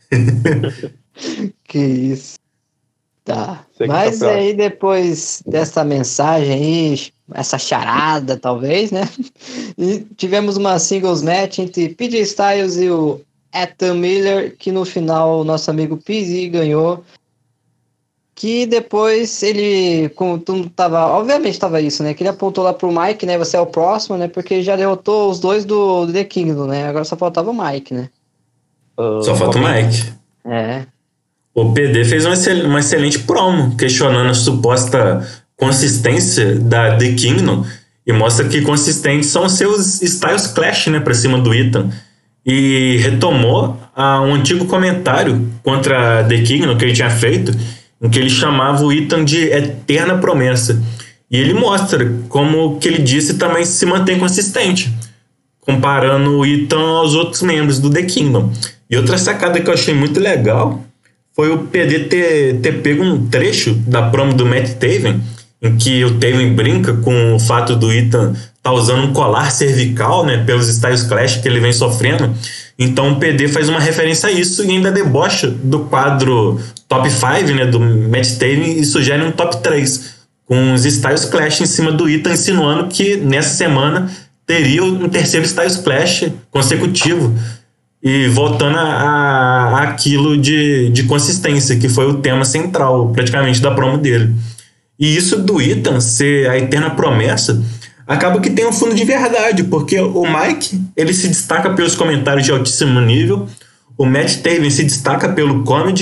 Que isso. Tá. Sei que Mas tá aí depois dessa mensagem aí, essa charada talvez, né? E tivemos uma singles match entre P J Styles e o Ethan Miller, que no final o nosso amigo P Z ganhou. Que depois ele, como tudo tava, obviamente tava isso, né? Que ele apontou lá pro Mike, né? Você é o próximo, né? Porque já derrotou os dois do, do The Kingdom, né? Agora só faltava o Mike, né? Uh, Só falta o Mike. É. O P D fez uma, excel- uma excelente promo, questionando a suposta consistência da The Kingdom e mostra que consistentes são seus Styles Clash, né? Pra cima do Ethan. E retomou a, um antigo comentário contra a The Kingdom que ele tinha feito, em que ele chamava o Ethan de eterna promessa. E ele mostra como o que ele disse também se mantém consistente, comparando o Ethan aos outros membros do The Kingdom. E outra sacada que eu achei muito legal foi o P D ter, ter pego um trecho da promo do Matt Taven, em que o Taven brinca com o fato do Ethan estar tá usando um colar cervical, né, pelos Styles Clash que ele vem sofrendo. Então o P D faz uma referência a isso e ainda debocha do quadro top cinco, né, do Matt Taven, e sugere um top três, com os Styles Clash em cima do Ethan, insinuando que nessa semana teria um terceiro Styles Clash consecutivo, e voltando a, a, aquilo de, de consistência, que foi o tema central praticamente da promo dele. E isso do Ethan ser a eterna promessa acaba que tem um fundo de verdade, porque o Mike, ele se destaca pelos comentários de altíssimo nível, o Matt Taven se destaca pelo comedy,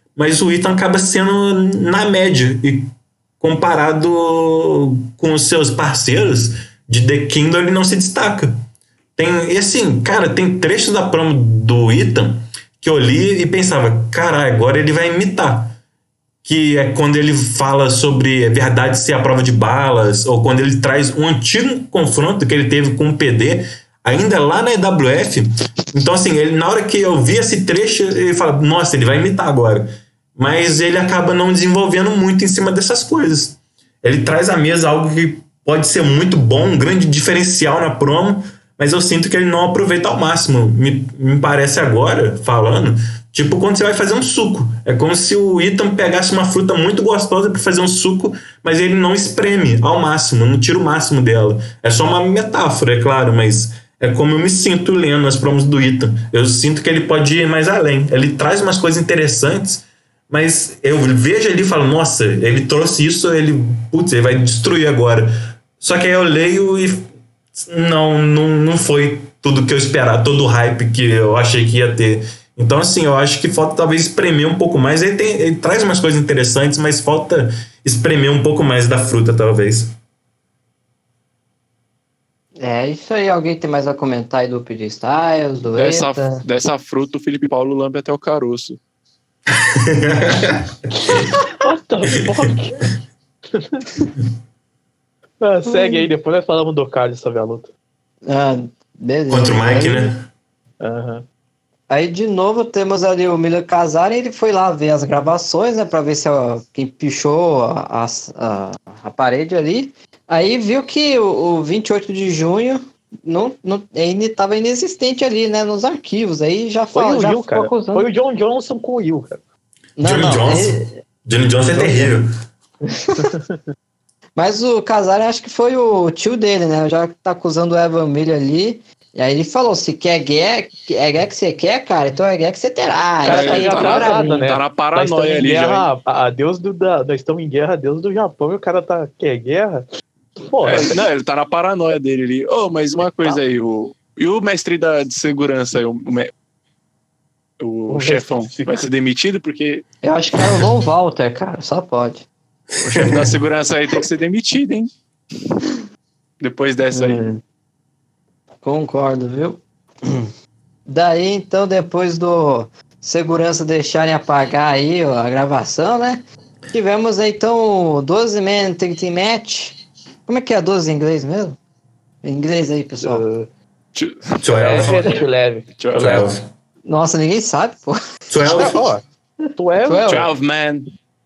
mas o Ethan acaba sendo na média, e comparado com os seus parceiros de The Kingdom, ele não se destaca. Tem, e assim, cara, tem trechos da promo do Ethan que eu li e pensava, caralho, agora ele vai imitar. Que é quando ele fala sobre a verdade ser a prova de balas, ou quando ele traz um antigo confronto que ele teve com o P D, ainda lá na E W F. Então, assim, ele, na hora que eu vi esse trecho, ele fala, nossa, ele vai imitar agora. Mas ele acaba não desenvolvendo muito em cima dessas coisas. Ele traz à mesa algo que pode ser muito bom, um grande diferencial na promo, mas eu sinto que ele não aproveita ao máximo. Me, me parece agora, falando, tipo quando você vai fazer um suco. É como se o Ethan pegasse uma fruta muito gostosa para fazer um suco, mas ele não espreme ao máximo, não tira o máximo dela. É só uma metáfora, é claro, mas é como eu me sinto lendo as promos do Ethan. Eu sinto que ele pode ir mais além. Ele traz umas coisas interessantes, mas eu vejo ali e falo, nossa, ele trouxe isso, ele, putz, ele vai destruir agora. Só que aí eu leio e não, não, não foi tudo que eu esperava, todo o hype que eu achei que ia ter. Então, assim, eu acho que falta talvez espremer um pouco mais. Ele, tem, ele traz umas coisas interessantes, mas falta espremer um pouco mais da fruta, talvez. É, isso aí. Alguém tem mais a comentar aí do P J Styles, do Dessa, Eta? dessa fruta, o Felipe Paulo lambe até o caroço. What the fuck? Ah, segue aí, depois nós falamos do card sobre a luta. Ah, beleza. Contra o Mike, aí, né? Uhum. Aí, de novo, temos ali o Miller Kazarian. Ele foi lá ver as gravações, né? Pra ver se ó, quem pichou a, a, a parede ali. Aí viu que o, o vinte e oito de junho não, não, ainda estava inexistente ali, né? Nos arquivos. Aí já Foi fala, o já Will, cara. acusando. Foi o John Johnson com o Will, cara. Não, Johnny não, Johnson? ele- Johnny Johnson é terrível. Mas o Kazarian acho que foi o tio dele, né? Já tá acusando o Evan Miller ali. E aí ele falou, se quer guerra, é guerra que você quer, cara, então é guerra que você terá. Cara, Isso tá aí, meio tá na hora atrasado, ali. né? Tá na Nós estamos paranoia em ali já. guerra, a, a Deus do, da, nós estamos em guerra, a Deus do Japão, e o cara tá, quer guerra? Pô, É, não, ele tá na paranoia dele ali. Oh, mas uma coisa aí, o, e o mestre da, de segurança, o, o, me- o O chefão, mestre. vai ser demitido? Porque Eu acho que é o Von Walter, cara, só pode. o chefe da segurança aí tem que ser demitido, hein? Depois dessa aí. É. Concordo, viu? Daí, então, depois do segurança deixarem apagar aí ó, a gravação, né? Tivemos aí, então, o doze man Tag Team Match. Como é que é doze em inglês mesmo? Em inglês aí, pessoal. uh, Tio- doze. é, too leve. tio- doze. Nossa, ninguém sabe, pô. doze. Ó, tu é, Twelve. Twelve man.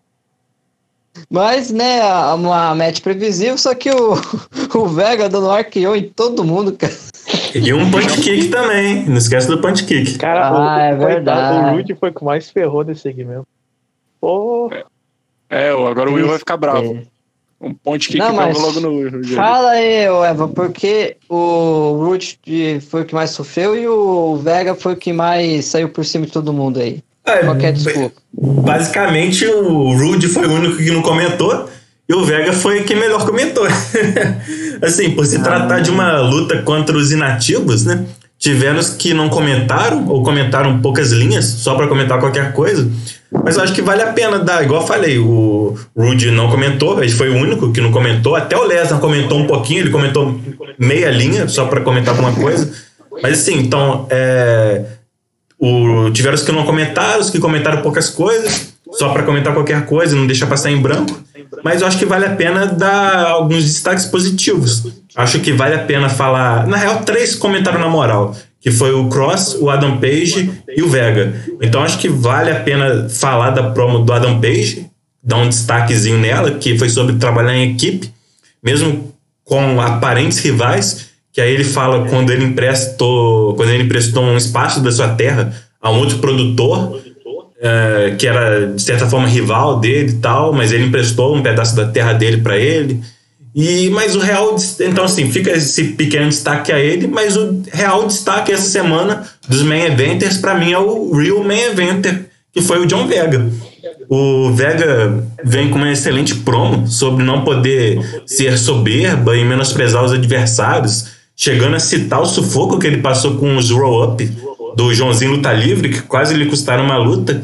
Mas, né, a- uma match previsível, só que o, o Vega dando arqueou em todo mundo, cara. E um punch kick também. Não esquece do punch kick. cara, o, Ah, é o, coitado, verdade. o Rude foi o que mais ferrou nesse segmento. Pô, É, agora o Will vai ficar bravo. É. Um ponte que Não, que mas pegou logo no no joelho. Fala aí, ô Eva, porque o Rude foi o que mais sofreu e o Vega foi o que mais saiu por cima de todo mundo aí. É, Qualquer desculpa. basicamente, o Rude foi o único que não comentou e o Vega foi quem melhor comentou. Assim, por se tratar de uma luta contra os inativos, né? Tiveram os que não comentaram ou comentaram poucas linhas, só para comentar qualquer coisa. Mas eu acho que vale a pena dar, igual eu falei, o Rude não comentou, ele foi o único que não comentou. Até o Lesnar comentou um pouquinho, ele comentou meia linha, só para comentar alguma coisa. Mas assim, então, é, o, tiveram os que não comentaram, os que comentaram poucas coisas, só para comentar qualquer coisa, não deixar passar em branco. Mas eu acho que vale a pena dar alguns destaques positivos. Acho que vale a pena falar... Na real, três comentaram na moral, que foi o Cross, o Adam Page e o Vega. Então acho que vale a pena falar da promo do Adam Page, dar um destaquezinho nela, que foi sobre trabalhar em equipe, mesmo com aparentes rivais, que aí ele fala quando ele emprestou, quando ele emprestou um espaço da sua terra a um outro produtor, é, que era de certa forma rival dele e tal, mas ele emprestou um pedaço da terra dele para ele. E, mas o real, então assim, fica esse pequeno destaque a ele, mas o real destaque essa semana dos main eventers para mim é o real main eventer, que foi o John Vega. O Vega vem com uma excelente promo sobre não poder ser soberba e menosprezar os adversários, chegando a citar o sufoco que ele passou com os roll-up do Joãozinho Luta Livre, que quase lhe custaram uma luta.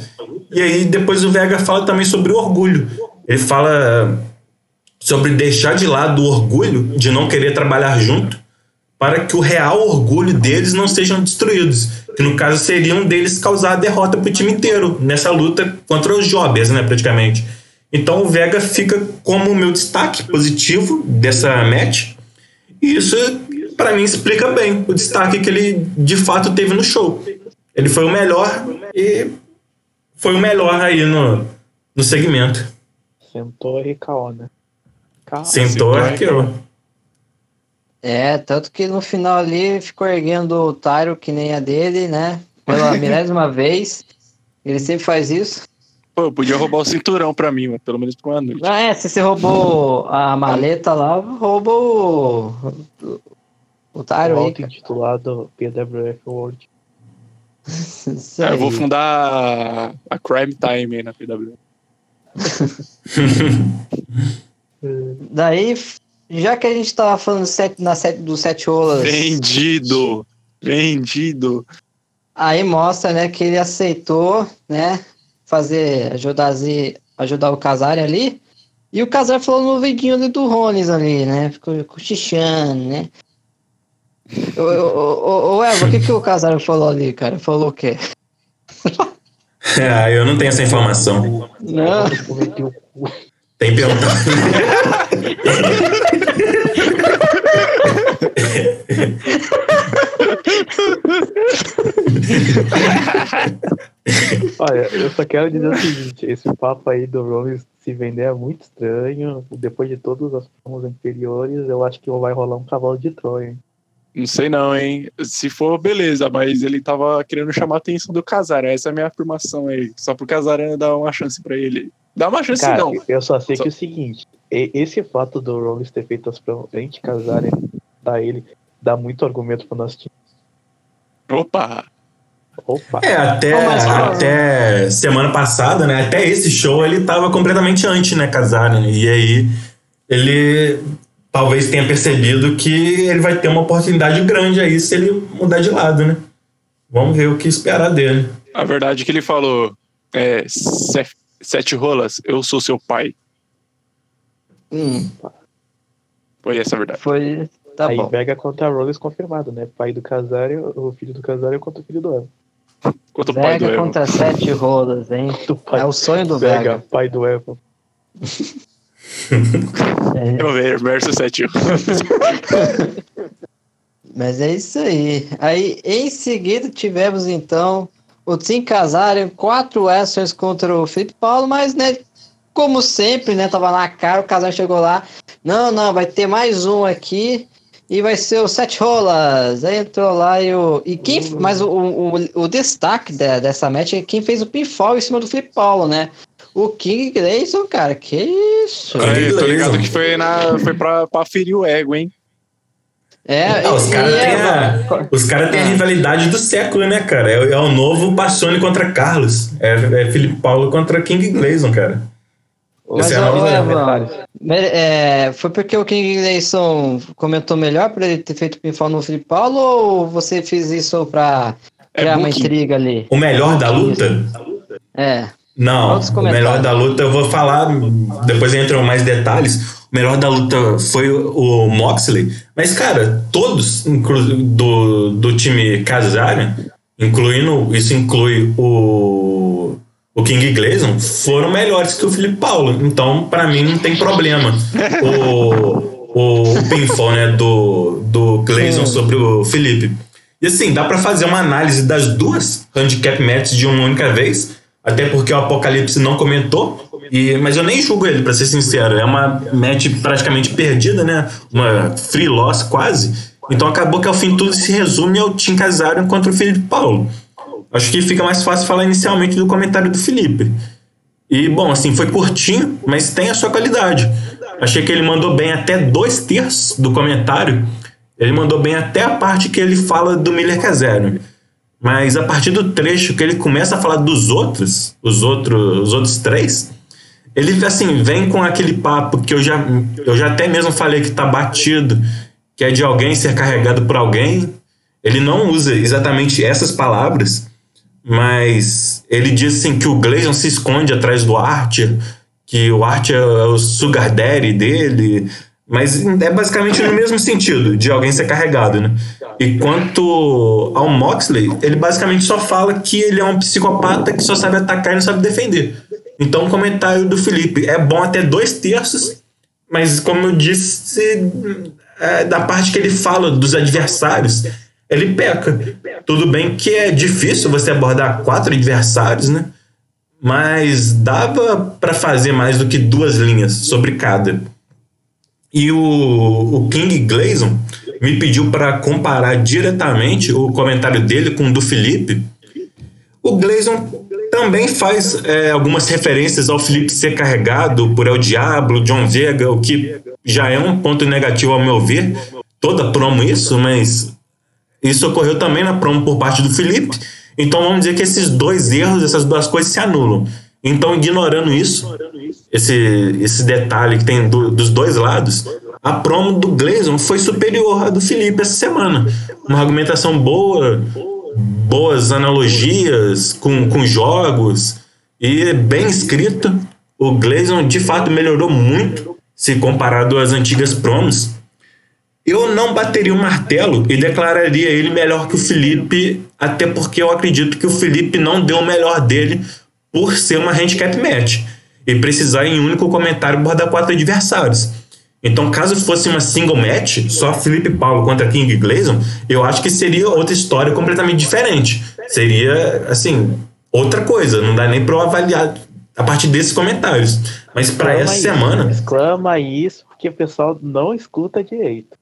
E aí depois o Vega fala também sobre o orgulho. Ele fala sobre deixar de lado o orgulho de não querer trabalhar junto para que o real orgulho deles não sejam destruídos. Que no caso seria um deles causar a derrota para o time inteiro nessa luta contra os Jobbers, né, praticamente. Então o Vega fica como o meu destaque positivo dessa match. E isso, para mim, explica bem o destaque que ele de fato teve no show. Ele foi o melhor e foi o melhor aí no, no segmento. Sentou e caô, né? Caô. Sentou e caô. É, tanto que no final ali ficou erguendo o Tyro que nem a dele, né? Pela milésima vez. Ele sempre faz isso. Pô, eu podia roubar o cinturão pra mim, mas pelo menos por uma noite. Ah, é, se você roubou a maleta lá, roubou o, o Tyro aí. Auto-intitulado P W F World. Isso É, aí. eu vou fundar a, a Crime Time aí na P W. Daí, já que a gente tava falando sete, na sete, dos sete rolas, Vendido! Vendido! aí mostra, né, que ele aceitou, né, fazer, ajudar, ajudar o Kazarian ali, e o Kazarian falou no ouvidinho ali do Rollins ali, né, ficou cochichando, né. Ô, ô, ô, ô Eva, o que que o Kazarian falou ali, cara? Falou o quê? Ah, eu não tenho essa informação. Não. Tem que perguntar. Olha, eu só quero dizer o seguinte, esse papo aí do Rollins se vender é muito estranho. Depois de todas as promos anteriores, eu acho que vai rolar um cavalo de Troia, hein? Não sei não, hein? Se for, beleza, mas ele tava querendo chamar a atenção do Kazarian. Essa é a minha afirmação aí. Só pro Kazarian dar uma chance pra ele. Dá uma chance, Cara, não. eu só sei Só- que é o seguinte, esse fato do Rollins ter feito as promos antes de Kazarian dar ele, dá muito argumento pro nosso time. Opa! Opa! É, até, Ô, mas- até semana passada, né? Até esse show ele tava completamente anti, né, Kazarian. E aí ele talvez tenha percebido que ele vai ter uma oportunidade grande aí se ele mudar de lado, né? Vamos ver o que esperar dele. A verdade é que ele falou: é, Seth- Sete rolas, eu sou seu pai. Hum, Foi essa a verdade. foi, tá aí bom. Vega contra Rollins confirmado, né? Pai do Kazarian, o filho do Kazarian contra o filho do Evan. Contra o pai do Vega Evan. contra sete rolas, hein? Do pai, É o sonho do Vega, Vega. pai do Evan. É, Vamos ver, versus sete rolas. mas é isso aí. Aí, em seguida, tivemos, então, o Team Kazarian, quatro Wrestlers contra o Felipe Paulo, mas, né, como sempre, né, tava na cara, o Kazarian chegou lá, não, não, vai ter mais um aqui, e vai ser o Sete Rolas. Aí entrou lá e o... E quem, mas o, o, o destaque da, dessa match é quem fez o pinfall em cima do Felipe Paulo, né? O King Grayson, cara, que isso? Aí, tô ligado Grayson. que foi, na, foi pra, pra ferir o ego, hein? É, Ah, os e- caras e têm é, a, os cara têm a rivalidade do século, né, cara? É, é o novo Bassoni contra Carlos. É, é Felipe Paulo contra King Grayson, cara. Mas, Essa é a ô, nova- Evan, é, foi porque o King Grayson comentou melhor por ele ter feito pinfall no Felipe Paulo, ou você fez isso pra É criar uma booking. intriga ali? O melhor da luta? É. Não, Outros o comentários. melhor da luta eu vou falar, depois entram mais detalhes. O melhor da luta foi o o Moxley, mas, cara, todos inclu- do, do time Kazarian, incluindo, isso inclui o, o King Grayson, foram melhores que o Felipe Paulo. Então, pra mim, não tem problema. O, o, o pinfall, né, do, do Grayson sobre o Felipe. E assim, dá pra fazer uma análise das duas handicap matches de uma única vez, até porque o Apocalipse não comentou, e, mas eu nem julgo ele, pra ser sincero. É uma match praticamente perdida, né? Uma free loss quase. Então acabou que ao fim tudo se resume ao Team Kazarian contra o Felipe Paulo. Acho que fica mais fácil falar inicialmente do comentário do Felipe. E, bom, assim, foi curtinho, mas tem a sua qualidade. Achei que ele mandou bem até dois terços do comentário. Ele mandou bem até a parte que ele fala do Miller Kazarian. Mas a partir do trecho que ele começa a falar dos outros, os outros, os outros três, ele, assim, vem com aquele papo que eu já, eu já até mesmo falei que tá batido, que é de alguém ser carregado por alguém. Ele não usa exatamente essas palavras, mas ele diz assim que o Gleison se esconde atrás do Archer, que o Archer é o sugar daddy dele, mas é basicamente no mesmo sentido, de alguém ser carregado, né? E quanto ao Moxley, ele basicamente só fala que ele é um psicopata que só sabe atacar e não sabe defender. Então o comentário do Felipe é bom até dois terços, mas como eu disse, é, da parte que ele fala dos adversários, ele peca. Tudo bem que é difícil você abordar quatro adversários, né? Mas dava para fazer mais do que duas linhas sobre cada. E o, o King Gleison me pediu para comparar diretamente o comentário dele com o do Felipe. O Gleison também faz é, algumas referências ao Felipe ser carregado por El Diablo, John Vega, o que já é um ponto negativo ao meu ver. Toda promo isso, mas isso ocorreu também na promo por parte do Felipe. Então vamos dizer que esses dois erros, essas duas coisas se anulam. Então, ignorando isso, esse, esse detalhe que tem do, dos dois lados, a promo do Gleison foi superior à do Felipe essa semana. Uma argumentação boa, boas analogias com, com jogos e bem escrito. O Gleison de fato melhorou muito se comparado às antigas promos. Eu não bateria o martelo e declararia ele melhor que o Felipe, até porque eu acredito que o Felipe não deu o melhor dele por ser uma handicap match e precisar em um único comentário abordar quatro adversários. Então, caso fosse uma single match, só Felipe Paulo contra King Gleison, eu acho que seria outra história completamente diferente. Seria, assim, outra coisa. Não dá nem para eu avaliar a partir desses comentários. Mas para essa isso, semana... Exclama isso, porque o pessoal não escuta direito.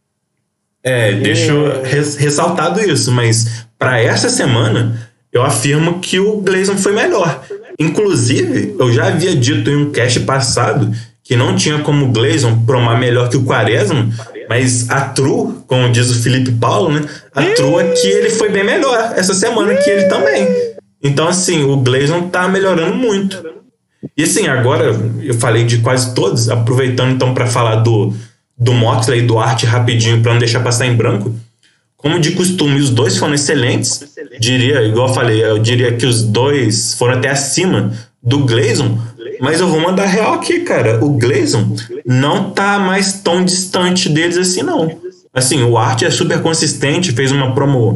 É, deixa eu res, ressaltado isso, mas para essa semana eu afirmo que o Gleison foi melhor. Inclusive, eu já havia dito em um cast passado que não tinha como o Gleison promar melhor que o Quaresma, mas a True, como diz o Felipe Paulo, né? A True é que ele foi bem melhor essa semana que ele também. Então, assim, o Gleison tá melhorando muito. E assim, agora eu falei de quase todos, aproveitando então para falar do do Moxley e do Art rapidinho para não deixar passar em branco. Como de costume, os dois foram excelentes. Diria, igual eu falei, eu diria que os dois foram até acima do Gleison, mas eu vou mandar real aqui, cara. O Gleison não tá mais tão distante deles assim, não. Assim, o Art é super consistente, fez uma promo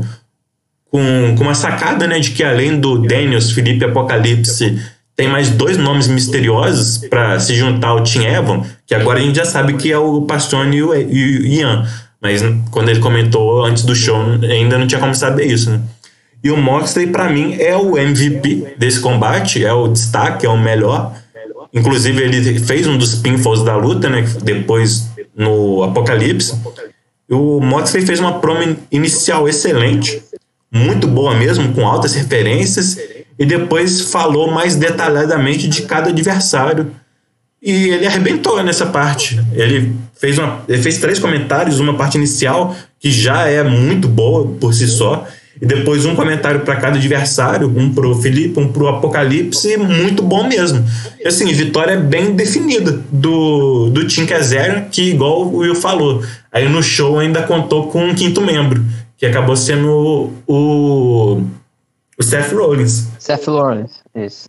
com, com uma sacada, né, de que além do Daniels, Felipe Apocalipse, tem mais dois nomes misteriosos para se juntar ao Team Evan, que agora a gente já sabe que é o Pastone e o Ian, mas quando ele comentou antes do show ainda não tinha como saber isso, né? E o Moxley para mim é o M V P desse combate, é o destaque, é o melhor. Inclusive ele fez um dos pinfalls da luta, né, depois no Apocalipse. E o Moxley fez uma promo inicial excelente, muito boa mesmo, com altas referências, e depois falou mais detalhadamente de cada adversário. E ele arrebentou nessa parte. Ele fez, uma, ele fez três comentários, uma parte inicial, que já é muito boa por si só, e depois um comentário para cada adversário, um pro Felipe, um pro Apocalipse, muito bom mesmo. E assim, vitória bem definida do, do Team Kazarian, que igual o Will falou, aí no show ainda contou com um quinto membro, que acabou sendo o... O Seth Rollins. Seth Rollins, isso.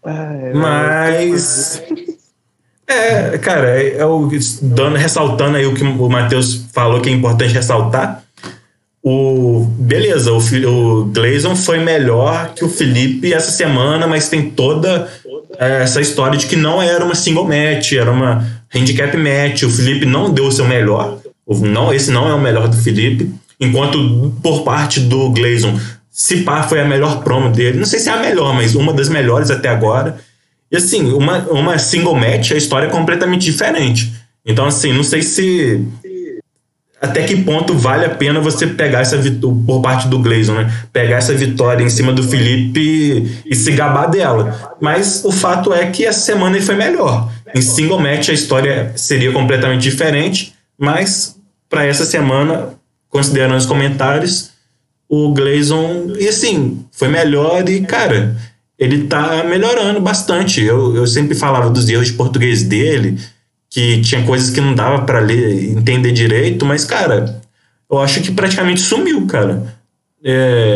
Mas... É, cara, é, é o, dando, ressaltando aí o que o Matheus falou que é importante ressaltar. O, beleza, o, o Gleison foi melhor que o Felipe essa semana, mas tem toda é, essa história de que não era uma single match, era uma handicap match. O Felipe não deu o seu melhor. Não, esse não é o melhor do Felipe. Enquanto por parte do Gleison, se pá, foi a melhor promo dele. Não sei se é a melhor, mas uma das melhores até agora. E assim, uma, uma single match, a história é completamente diferente. Então assim, não sei se... Até que ponto vale a pena você pegar essa vitória, por parte do Gleison, né? Pegar essa vitória em cima do Felipe e se gabar dela. Mas o fato é que essa semana ele foi melhor. Em single match a história seria completamente diferente, mas para essa semana, considerando os comentários, o Gleison, e assim, foi melhor e, cara, ele tá melhorando bastante. Eu, eu sempre falava dos erros de português dele, que tinha coisas que não dava pra ler, entender direito, mas, cara, eu acho que praticamente sumiu, cara. É,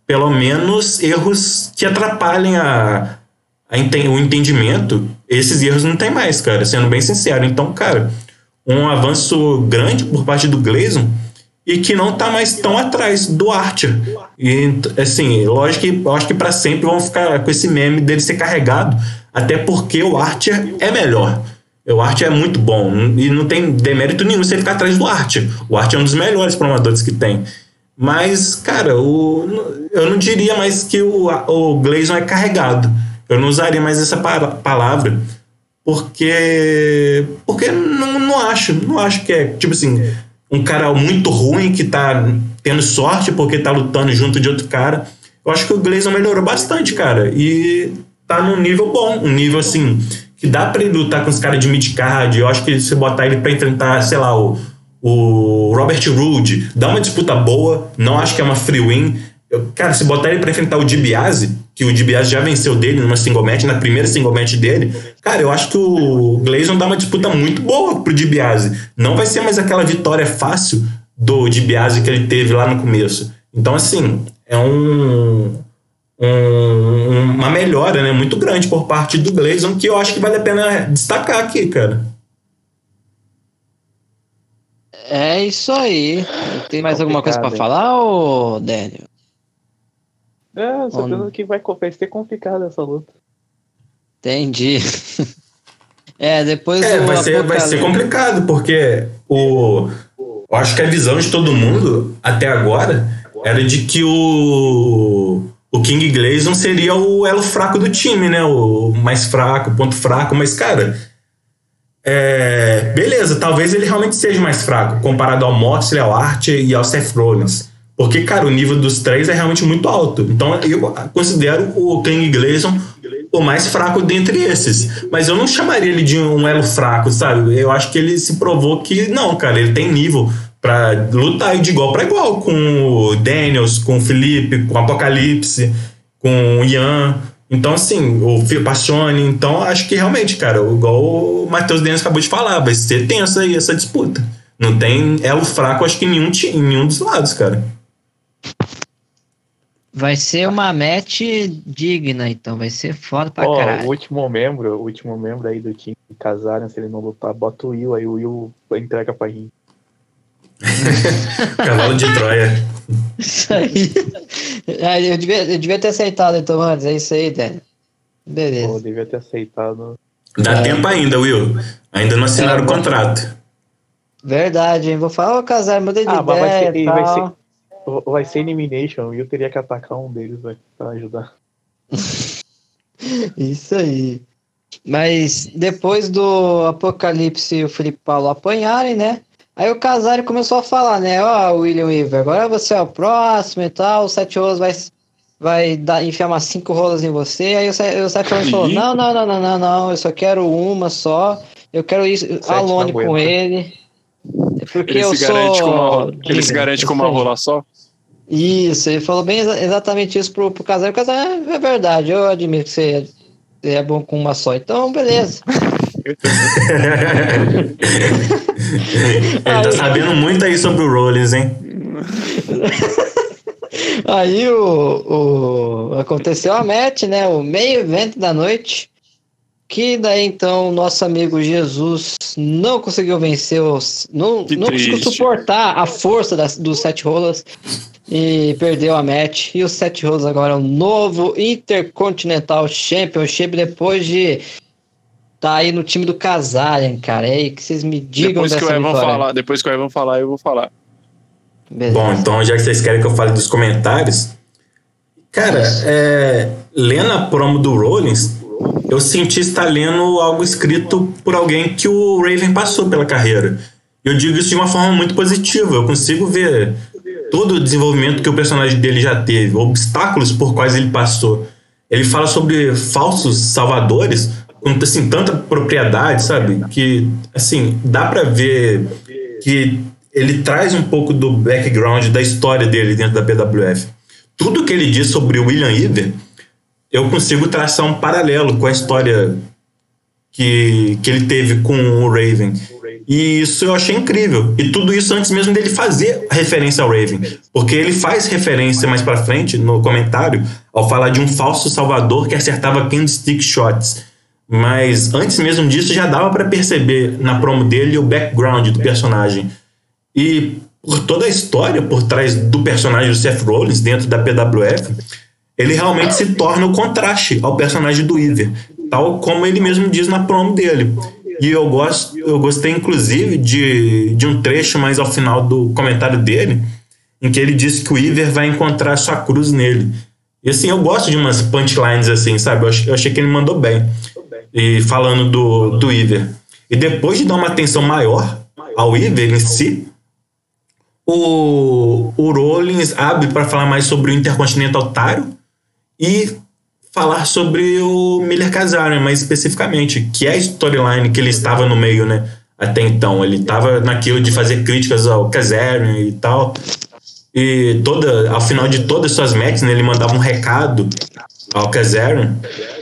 pelo menos erros que atrapalhem a, a enten- o entendimento, esses erros não tem mais, cara, sendo bem sincero. Então, cara, um avanço grande por parte do Gleison e que não tá mais tão atrás do Archer. E, assim, lógico que eu acho que pra sempre vão ficar com esse meme dele ser carregado, até porque o Archer é melhor. O Archer é muito bom e não tem demérito nenhum se ele ficar atrás do Archer. O Archer é um dos melhores promadores que tem. Mas, cara, o, eu não diria mais que o, o Gleison é carregado. Eu não usaria mais essa palavra, porque porque não, não acho, não acho que é, tipo assim, um cara muito ruim que tá tendo sorte porque tá lutando junto de outro cara. Eu acho que o Gleison melhorou bastante, cara, e tá num nível bom, um nível assim, que dá pra ele lutar com os caras de mid-card. Eu acho que se botar ele pra enfrentar, sei lá, o, o Robert Roode, dá uma disputa boa, não acho que é uma free win. Eu, cara, se botar ele pra enfrentar o DiBiase, que o DiBiase já venceu dele numa single match, na primeira single match dele, cara, eu acho que o Gleison dá uma disputa muito boa pro DiBiase. Não vai ser mais aquela vitória fácil do DiBiase que ele teve lá no começo. Então, assim, é um, um, uma melhora, né, muito grande por parte do Gleison, que eu acho que vale a pena destacar aqui, cara. É isso aí. Tem mais alguma coisa pra hein? falar, ô Daniel? É, só Ou- pensando que vai, vai ser complicado essa luta. Entendi. É, depois É, do vai ser, vai ser Apocalipse- complicado, porque o, eu acho que a visão de todo mundo, até agora, era de que o, o King Gleison seria o elo fraco do time, né? O mais fraco, o ponto fraco, mas, cara, é, beleza, talvez ele realmente seja mais fraco, comparado ao Moxley, ao Archer e ao Seth Rollins. Porque, cara, o nível dos três é realmente muito alto. Então, eu considero o King Gleison o mais fraco dentre esses. Mas eu não chamaria ele de um elo fraco, sabe? Eu acho que ele se provou que, não, cara, ele tem nível pra lutar de igual pra igual com o Daniels, com o Felipe, com o Apocalipse, com o Ian. Então, assim, o Fio Passione. Então, acho que realmente, cara, igual o Matheus Daniels acabou de falar, vai ser tensa aí essa disputa. Não tem elo fraco, acho que em nenhum, ti- em nenhum dos lados, cara. Vai ser uma match digna, então. Vai ser foda pra Ó, o caralho. último membro, o último membro aí do time que casaram, se ele não lutar, bota o Will, aí o Will entrega pra rir. Cavalo de Troia. Isso aí. Ah, eu, devia, eu devia ter aceitado, então, antes. É isso aí, Daniel. Pô, Beleza. devia ter aceitado. Dá É. tempo ainda, Will. Ainda não assinaram É, o contrato. Verdade, hein? Vou falar, ô, Casar, mudei de Ah, mas vai ideia ser, e e vai tal. ser, vai ser elimination, o Will teria que atacar um deles, vai, pra ajudar. Isso aí. Mas depois do Apocalipse e o Felipe Paulo apanharem, né? Aí o Casari começou a falar, né? Ó, William Weaver, agora você é o próximo e tal. O Sete Rolas vai, vai dar, enfiar umas cinco rolas em você. Aí o Sete, o Sete Rolas falou: Ih. não, não, não, não, não, não. Eu só quero uma só. Eu quero ir alone não com aguenta. ele. Porque Ele eu se garante sou. com uma, ele se digno. garante com Isso uma aí. rola só? Isso, ele falou bem exa- exatamente isso pro, pro Casar. O Casar é, é verdade, eu admito que você é, é bom com uma só. Então, beleza. Ele tá sabendo muito aí sobre o Rollins, hein? Aí o, o aconteceu a match, né? O meio evento da noite. Que daí então nosso amigo Jesus não conseguiu vencer os. Não, Que não conseguiu triste. suportar a força das, dos Sete Rolas e perdeu a match. E o Sete Rolas agora é o novo Intercontinental Championship depois de tá aí no time do Kazarian, cara. É aí que vocês me digam Depois que dessa o Evan vitória. falar, depois que o Evan falar, eu vou falar. Beleza. Bom, então já que vocês querem que eu fale dos comentários, cara, é, lendo a promo do Rollins, eu senti estar lendo algo escrito por alguém que o Raven passou pela carreira. Eu digo isso de uma forma muito positiva. Eu consigo ver todo o desenvolvimento que o personagem dele já teve, obstáculos por quais ele passou. Ele fala sobre falsos salvadores com assim, tanta propriedade, sabe? Que, assim, dá pra ver que ele traz um pouco do background da história dele dentro da B W F. Tudo que ele diz sobre o William Weaver, eu consigo traçar um paralelo com a história que, que ele teve com o Raven. E isso eu achei incrível. E tudo isso antes mesmo dele fazer referência ao Raven. Porque ele faz referência mais pra frente, no comentário, ao falar de um falso salvador que acertava candlestick shots. Mas antes mesmo disso já dava pra perceber na promo dele o background do personagem. E por toda a história por trás do personagem do Seth Rollins dentro da P W F, ele realmente se torna o contraste ao personagem do Iver, tal como ele mesmo diz na promo dele. E eu, gosto, eu gostei, inclusive, de, de um trecho mais ao final do comentário dele, em que ele disse que o Iver vai encontrar sua cruz nele. E assim, eu gosto de umas punchlines assim, sabe? Eu achei, eu achei que ele mandou bem. E falando do, do Iver. E depois de dar uma atenção maior ao Iver em si, o, o Rollins abre para falar mais sobre o Intercontinental Title e falar sobre o Miller Kazarian, mais especificamente, que é a storyline que ele estava no meio, né? Até então, ele estava naquilo de fazer críticas ao Kazarian e tal. E toda, ao final de todas as suas matches, né, ele mandava um recado ao Kazarian.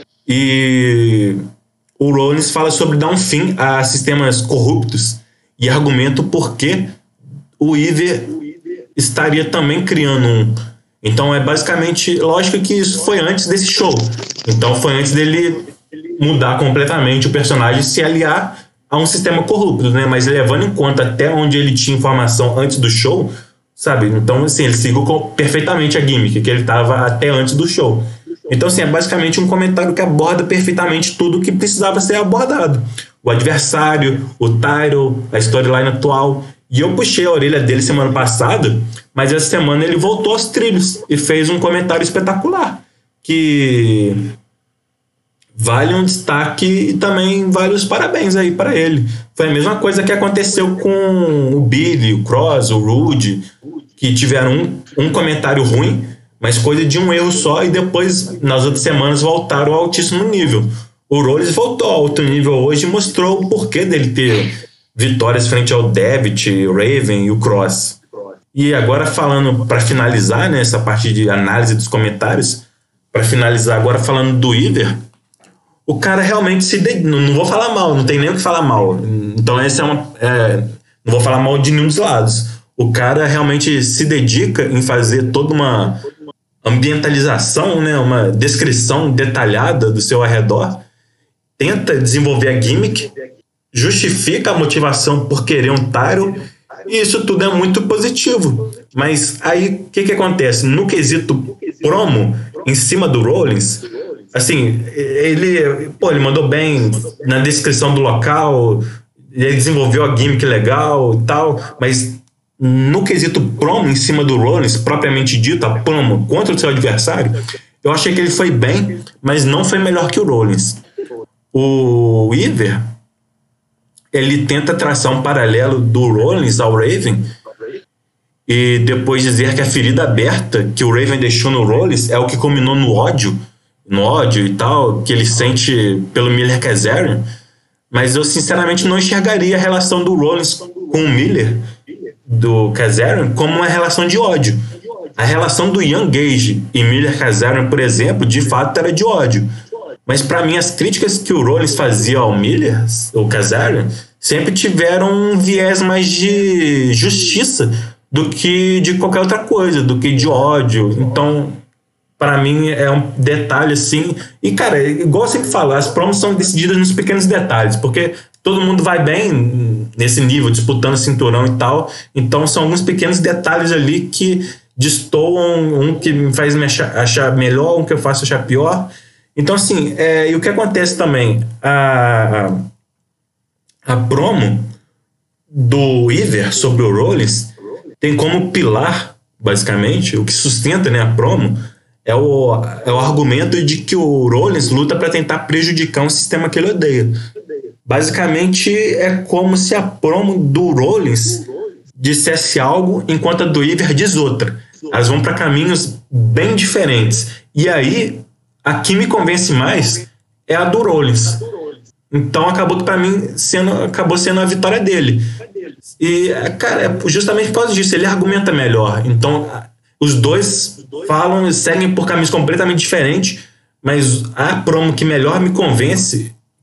E o Rollins fala sobre dar um fim a sistemas corruptos e argumenta o porquê o Iver estaria também criando um. Então é basicamente, lógico que isso foi antes desse show. Então foi antes dele mudar completamente o personagem, se aliar a um sistema corrupto, né? Mas levando em conta até onde ele tinha informação antes do show, sabe? Então assim, ele seguiu perfeitamente a gimmick que ele estava até antes do show. Então assim, é basicamente um comentário que aborda perfeitamente tudo que precisava ser abordado. O adversário, o title, a storyline atual. E eu puxei a orelha dele semana passada, mas essa semana ele voltou aos trilhos e fez um comentário espetacular, que vale um destaque e também vale os parabéns aí para ele. Foi a mesma coisa que aconteceu com o Billy, o Cross, o Rude, que tiveram um, um comentário ruim, mas coisa de um erro só, e depois, nas outras semanas, voltaram ao altíssimo nível. O Rollins voltou ao alto nível hoje e mostrou o porquê dele ter vitórias frente ao Devitt, o Raven e o Cross. E agora falando, para finalizar, né, essa parte de análise dos comentários, para finalizar agora falando do Iver, o cara realmente se dedica. Não, não vou falar mal, não tem nem o que falar mal. Então essa é uma... É, não vou falar mal de nenhum dos lados. O cara realmente se dedica em fazer toda uma ambientalização, né, uma descrição detalhada do seu arredor, tenta desenvolver a gimmick, justifica a motivação por querer um title, e isso tudo é muito positivo. Mas aí, o que que acontece? No quesito promo, em cima do Rollins, assim, ele, pô, ele mandou bem na descrição do local, ele desenvolveu a gimmick legal e tal, mas no quesito promo, em cima do Rollins, propriamente dito, a promo contra o seu adversário, eu achei que ele foi bem, mas não foi melhor que o Rollins. O Iver, ele tenta traçar um paralelo do Rollins ao Raven e depois dizer que a ferida aberta que o Raven deixou no Rollins é o que culminou no ódio, no ódio e tal, que ele sente pelo Miller Kazarian. Mas eu sinceramente não enxergaria a relação do Rollins com o Miller, do Kazarian, como uma relação de ódio. A relação do Ian Gage e Miller Kazarian, por exemplo, de fato era de ódio. Mas para mim as críticas que o Rollins fazia ao Miller, o Kazarian, sempre tiveram um viés mais de justiça do que de qualquer outra coisa, do que de ódio. Então, para mim é um detalhe assim. E cara, igual eu sempre falo, as promos são decididas nos pequenos detalhes, porque todo mundo vai bem nesse nível, disputando cinturão e tal. Então são alguns pequenos detalhes ali que destoam, um que me faz me achar, achar melhor, um que eu faço achar pior. Então, assim, é, e o que acontece também? A, a promo do Iver sobre o Rollins tem como pilar, basicamente, o que sustenta, né, a promo, é o, é o argumento de que o Rollins luta para tentar prejudicar um sistema que ele odeia. Basicamente, é como se a promo do Rollins dissesse algo enquanto a do Iver diz outra. Elas vão para caminhos bem diferentes. E aí, a que me convence mais é a do Rollins. Então acabou que pra mim sendo, acabou sendo a vitória dele. E, cara, é justamente por causa disso, ele argumenta melhor. Então os dois falam e seguem por caminhos completamente diferentes, mas a promo que melhor me convence,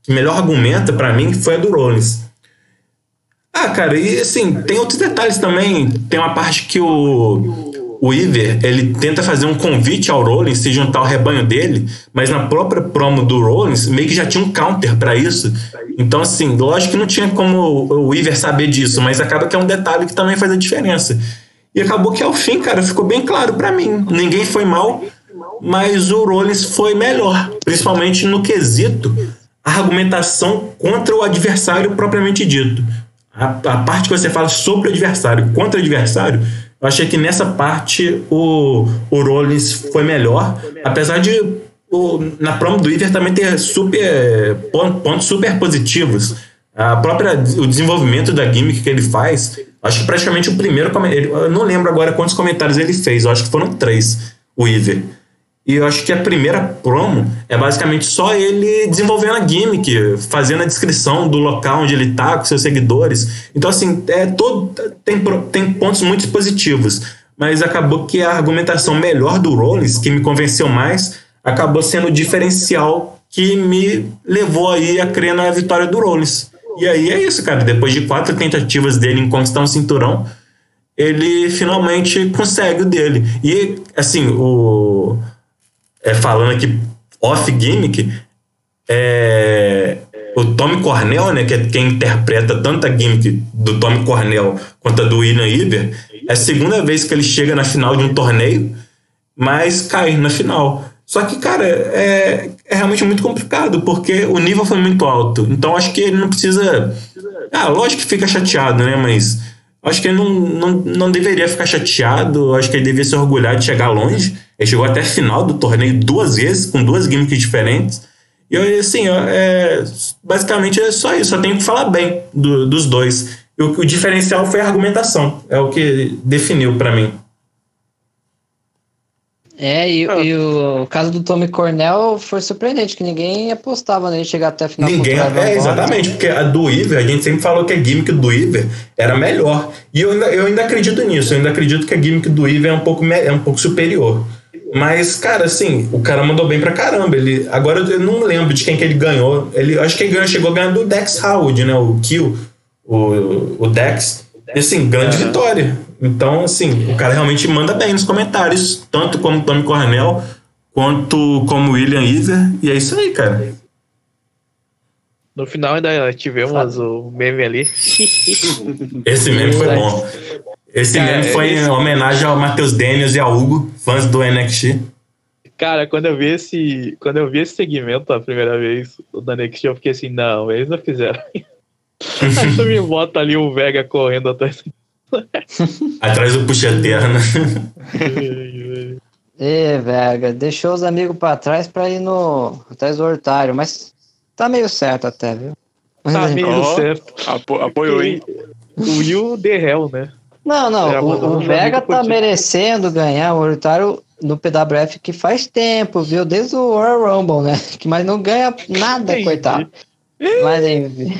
que melhor argumenta pra mim foi a do Rollins. Ah, cara, e assim, tem outros detalhes também. Tem uma parte que o, o Iver, ele tenta fazer um convite ao Rollins se juntar ao rebanho dele, mas na própria promo do Rollins meio que já tinha um counter pra isso. Então, assim, lógico que não tinha como o Iver saber disso, mas acaba que é um detalhe que também faz a diferença. E acabou que ao fim, cara, ficou bem claro pra mim. Ninguém foi mal, mas o Rollins foi melhor, principalmente no quesito a argumentação contra o adversário propriamente dito. A, a parte que você fala sobre o adversário, contra o adversário, eu achei que nessa parte o, o Rollins foi melhor, apesar de o, na promo do Iver também ter super, pontos super positivos. A própria, o desenvolvimento da gimmick que ele faz, acho que praticamente o primeiro, eu não lembro agora quantos comentários ele fez, eu acho que foram três, o Iver. E eu acho que a primeira promo é basicamente só ele desenvolvendo a gimmick, fazendo a descrição do local onde ele tá, com seus seguidores. Então, assim, é todo, tem, tem pontos muito positivos. Mas acabou que a argumentação melhor do Rollins, que me convenceu mais, acabou sendo o diferencial que me levou aí a crer na vitória do Rollins. E aí é isso, cara. Depois de quatro tentativas dele em conquistar um cinturão, ele finalmente consegue o dele. E, assim, o... É, falando aqui off-gimmick, é, o Tommy Cornell, né, que é quem interpreta tanto a gimmick do Tommy Cornell quanto a do William Iver, é a segunda vez que ele chega na final de um torneio, mas cai na final. Só que, cara, é, é realmente muito complicado, porque o nível foi muito alto. Então, acho que ele não precisa... Ah, lógico que fica chateado, né, mas... Acho que ele não, não, não deveria ficar chateado. Acho que ele deveria se orgulhar de chegar longe. Ele chegou até a final do torneio duas vezes, com duas gimmicks diferentes. E assim, é, basicamente é só isso. Só tenho que falar bem do, dos dois. E o, o diferencial foi a argumentação. É o que definiu pra mim. É, e, ah. e o caso do Tommy Cornell foi surpreendente, que ninguém apostava nele chegar até a final. Ninguém, é, exatamente, porque a do Iver, a gente sempre falou que a gimmick do Iver era melhor. E eu ainda, eu ainda acredito nisso, eu ainda acredito que a gimmick do Iver é um pouco, é um pouco superior. Mas, cara, assim, o cara mandou bem pra caramba. Ele, agora eu não lembro de quem que ele ganhou. Ele, acho que ele ganhou, chegou ganhando do Dex Howard, né? O Kill, o, o Dex. E, assim, grande é. vitória. Então, assim, o cara realmente manda bem nos comentários, tanto como Tommy Cornell, quanto como William Iver, e é isso aí, cara. No final ainda tivemos o meme ali. Esse meme foi bom. Esse cara, meme foi esse... em homenagem ao Matheus Daniels e ao Hugo, fãs do N X T. Cara, quando eu vi esse, quando eu vi esse segmento a primeira vez do N X T, eu fiquei assim, não, eles não fizeram. Aí tu me bota ali o Vega correndo atrás. Atrás do puxa-terra, né? Ê, Vega, deixou os amigos pra trás pra ir no atrás do Hortário, mas tá meio certo até, viu? Tá meio oh, certo. Apo apoiou, hein? O Will The Hell, né? Não, não, é, o, o Vega tá curtir. merecendo ganhar o Hortário no P W F que faz tempo, viu? Desde o Royal Rumble, né? Mas não ganha nada, Entendi. coitado. Mas enfim.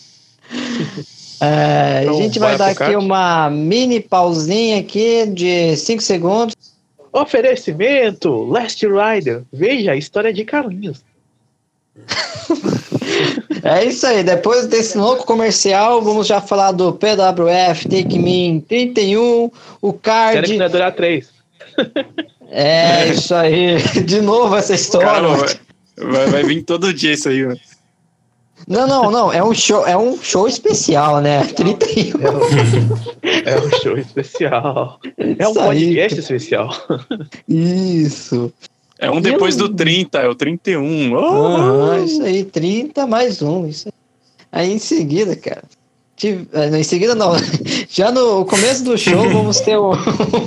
É, então, a gente vai, vai dar aqui kart? uma mini pausinha aqui de cinco segundos. Oferecimento Last Rider. Veja a história de Carlinhos. É isso aí, depois desse louco comercial, vamos já falar do P W F Take Me trinta e um, o card... Sério que vai durar três. É isso aí, de novo essa história. Cara, vai, vai, vai vir todo dia isso aí, mano. Não, não, não, é um show, é um show especial, né? trinta e um. É um, é um show especial. É um isso podcast aí. especial. Isso. É um depois do trinta, é o trinta e um. Oh, ah, isso aí, trinta mais um. Isso aí. aí em seguida, cara. Tive, em seguida não. Já no começo do show vamos ter o,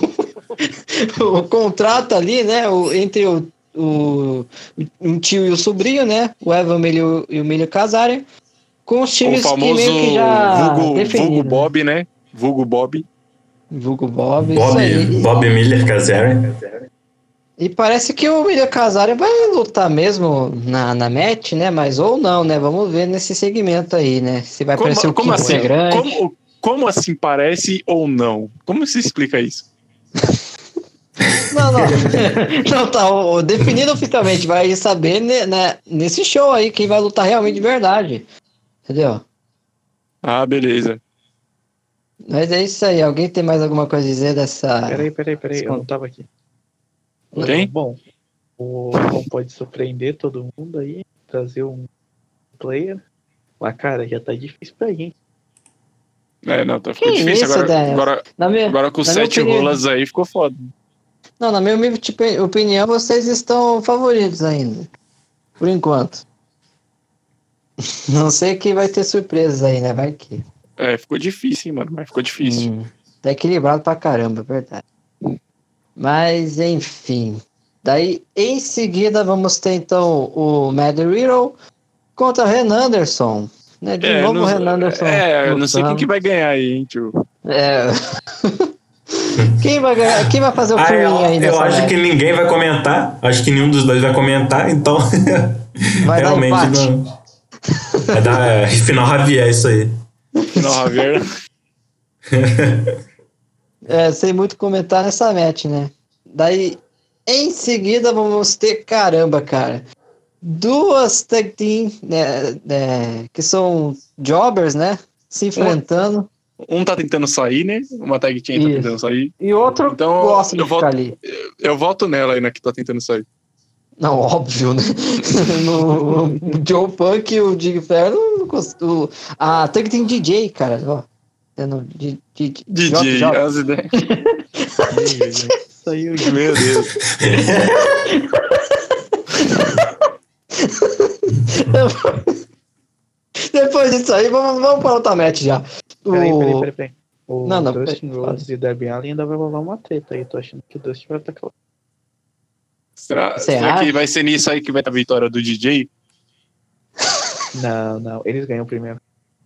o contrato ali, né? O, entre o O, um tio e o sobrinho, né? O Evan Emílio e o Emílio casarem com os times o famoso que meio que já vulgo, vulgo Bob, né? Vulgo Bob. Vulgo Bob. Bob, Bob Miller Kazarian. E parece que o Emílio Kazarian vai lutar mesmo na, na match, né? Mas ou não, né? Vamos ver nesse segmento aí, né? Se vai como, aparecer o como assim? grande. Como, como assim parece ou não? Como se explica isso? Não, não. Não, tá. O, definido oficialmente. Vai saber né, né, nesse show aí quem vai lutar realmente de verdade. Entendeu? Ah, beleza. Mas é isso aí. Alguém tem mais alguma coisa a dizer dessa. Peraí, peraí, peraí. Eu não tava aqui. Quem? Bom, o Japão pode surpreender todo mundo aí, trazer um player. Mas, cara, já tá difícil pra gente. É, não, tá ficou Que difícil. isso, Agora, Daniel? agora, Na minha, agora com na minha sete opinião- rolas aí ficou foda. Não, na minha humilde tipo, opinião, vocês estão favoritos ainda. Por enquanto. Não sei que vai ter surpresas aí, né? Vai que. É, ficou difícil, hein, mano. Mas ficou difícil. Hum, tá equilibrado pra caramba, é verdade. Mas, enfim. Daí, em seguida, vamos ter então o Mad Riddle contra o Ren Anderson. Né? De É, novo não, o Ren Anderson. é, eu não sei quem lutando. que vai ganhar aí, hein, tio. É. Quem vai ganhar? Quem vai fazer o Ah, eu, filminho aí eu nessa acho match? que ninguém vai comentar. Acho que nenhum dos dois vai comentar, então. Vai dar realmente empate. não. Vai dar é, final Javier isso aí. Final Javier. É, sem muito comentar nessa match, né? Daí, em seguida, vamos ter, caramba, cara, duas tag team, né, né, que são jobbers, né? Se enfrentando. Um tá tentando sair, né? Uma tag team tá Isso. tentando sair. E outro Então, gosta de eu ficar volto- ali. Eu voto nela aí, né, que tá tentando sair. Não, óbvio, né? no, o Joe Punk e o Dig Ferro não gostou. A tag team D J, cara, ó. Não, D J, D J, J, J. as ideias. Isso aí, o Meu Deus. Depois disso aí, vamos, vamos para outra match já. O... Peraí, peraí, peraí, peraí. O Não, não, Dustin peraí. Rhodes e Darby Allin ainda vai rolar uma treta aí. Tô achando que o Dustin vai atacar. Será, Você será acha? que vai ser nisso aí que vai ter a vitória do D J? Não, não. Eles ganham primeiro.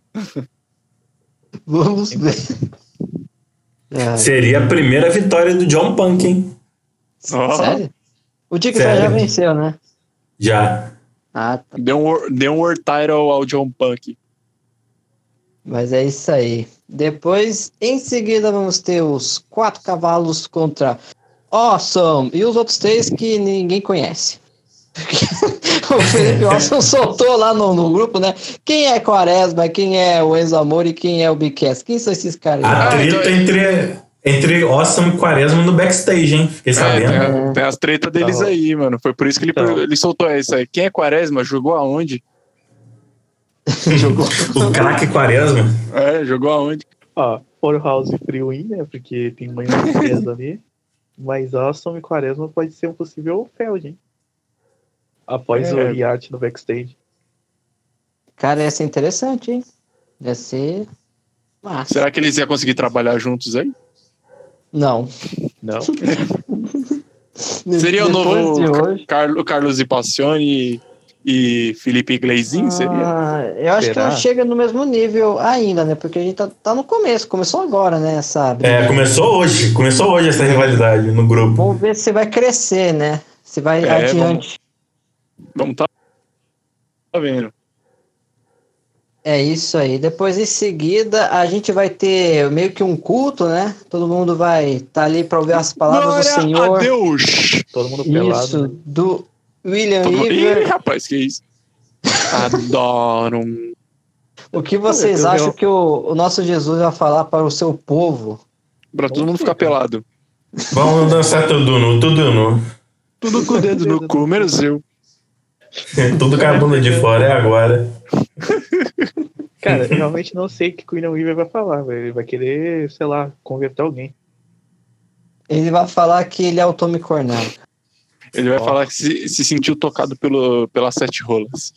Vamos ver. É, Seria a primeira vitória do John Punk, hein? Ó. Sério? O Dig Sério? Ferro já venceu, né? Já. Ah, tá. Deu um, wor- deu um World Title ao John Punk. Mas é isso aí. Depois, em seguida, vamos ter os quatro cavalos contra Awesome e os outros três que ninguém conhece. O Felipe Awesome soltou lá no, no grupo, né? Quem é Quaresma, quem é o Enzo Amor e quem é o Big Cass? Quem são esses caras? A Ah, treta então- entre, entre Awesome e Quaresma no backstage, hein? Fiquei É, sabendo. tem, a- tem as tretas deles Tá. aí, mano. Foi por isso que ele, Então. ele soltou essa aí. Quem é Quaresma? Jogou aonde? Jogou. O craque Quaresma. É, jogou aonde? Ó, For House e Free né? Porque tem manhã ali. Mas Awesome e Quaresma pode ser um possível Feld, hein? Após É. o Riart no backstage. Cara, ia ser interessante, hein? Ia ser massa. Será que eles iam conseguir trabalhar juntos aí? Não. Não? Seria o Depois novo de Ca- hoje. Carlo, Carlos e Passione e Felipe Iglesias, seria? Ah, eu acho Será? que não chega no mesmo nível ainda, né? Porque a gente tá, tá no começo, começou agora, né? Essa briga. É, começou hoje. Começou hoje essa rivalidade no grupo. Vamos ver se vai crescer, né? Se vai É, adiante. Vamos tá, tá vendo. É isso aí. Depois, em seguida, a gente vai ter meio que um culto, né? Todo mundo vai estar tá ali para ouvir as palavras do Glória Senhor. a Deus! Todo mundo pelado. Isso, Né? do William Todo mundo- Ih, Iver. rapaz, que isso? Adoro. O que vocês Eu- eu- acham que o, o nosso Jesus vai falar para o seu povo? Pra todo mundo ficar pelado. Vamos dançar tudo nu, tudo nu. Tudo com o dedo no cu, menos eu. Tudo com a bunda de fora, é agora. Cara, eu realmente não sei o que o William Weaver vai falar, velho. Ele vai querer, sei lá, converter alguém. Ele vai falar que ele é o Tommy Cornell. Ele vai Ó. falar que se, se sentiu tocado pelo, pelas sete rolas.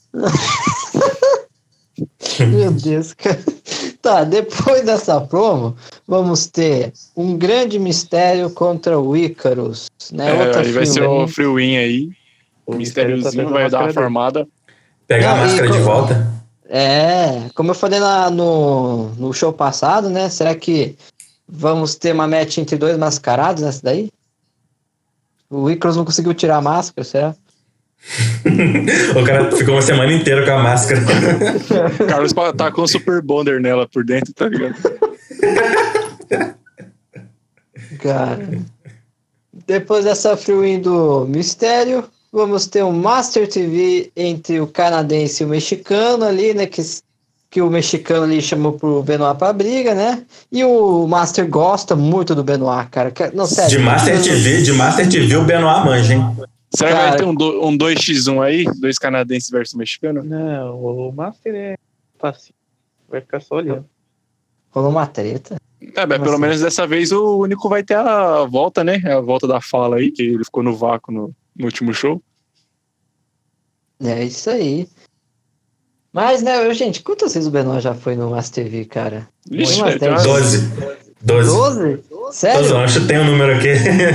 Meu Deus, cara. Tá, depois dessa promo, vamos ter um grande mistério contra o Icarus, né? É, Outra aí vai ser fila aí. o Free Win aí. O O mistériozinho Mistério tá vai tendo dar a uma máscara formada. Pegar Não, a máscara e de co- volta. É, como eu falei lá no, no show passado, né? Será que vamos ter uma match entre dois mascarados nessa daí? O Icarus não conseguiu tirar a máscara, será? O cara ficou uma semana inteira com a máscara. O Carlos tá com o Super Bonder nela por dentro, tá ligado? Cara. Depois dessa free-win do Mistério, vamos ter um Master T V entre o canadense e o mexicano ali, né? Que, que o mexicano ali chamou pro Benoit pra briga, né? E o Master gosta muito do Benoit, cara. Não, sério. De Master T V, de Master T V o Benoit manja, hein? Será Cara, que vai ter um, do, um dois por um aí? Dois canadenses versus mexicano? Não, o Master é fácil. Vai ficar só olhando. rolou uma treta. É, mas pelo assim? menos dessa vez o único vai ter a volta, né? A volta da fala aí, que ele ficou no vácuo no, no último show. É isso aí. Mas, né, eu, gente, quantas vezes o Benoit já foi no Master T V, cara? Ixi, Umas deve ter dez. umas- doze. doze. doze? Sério? doze, eu acho que tem um número aqui.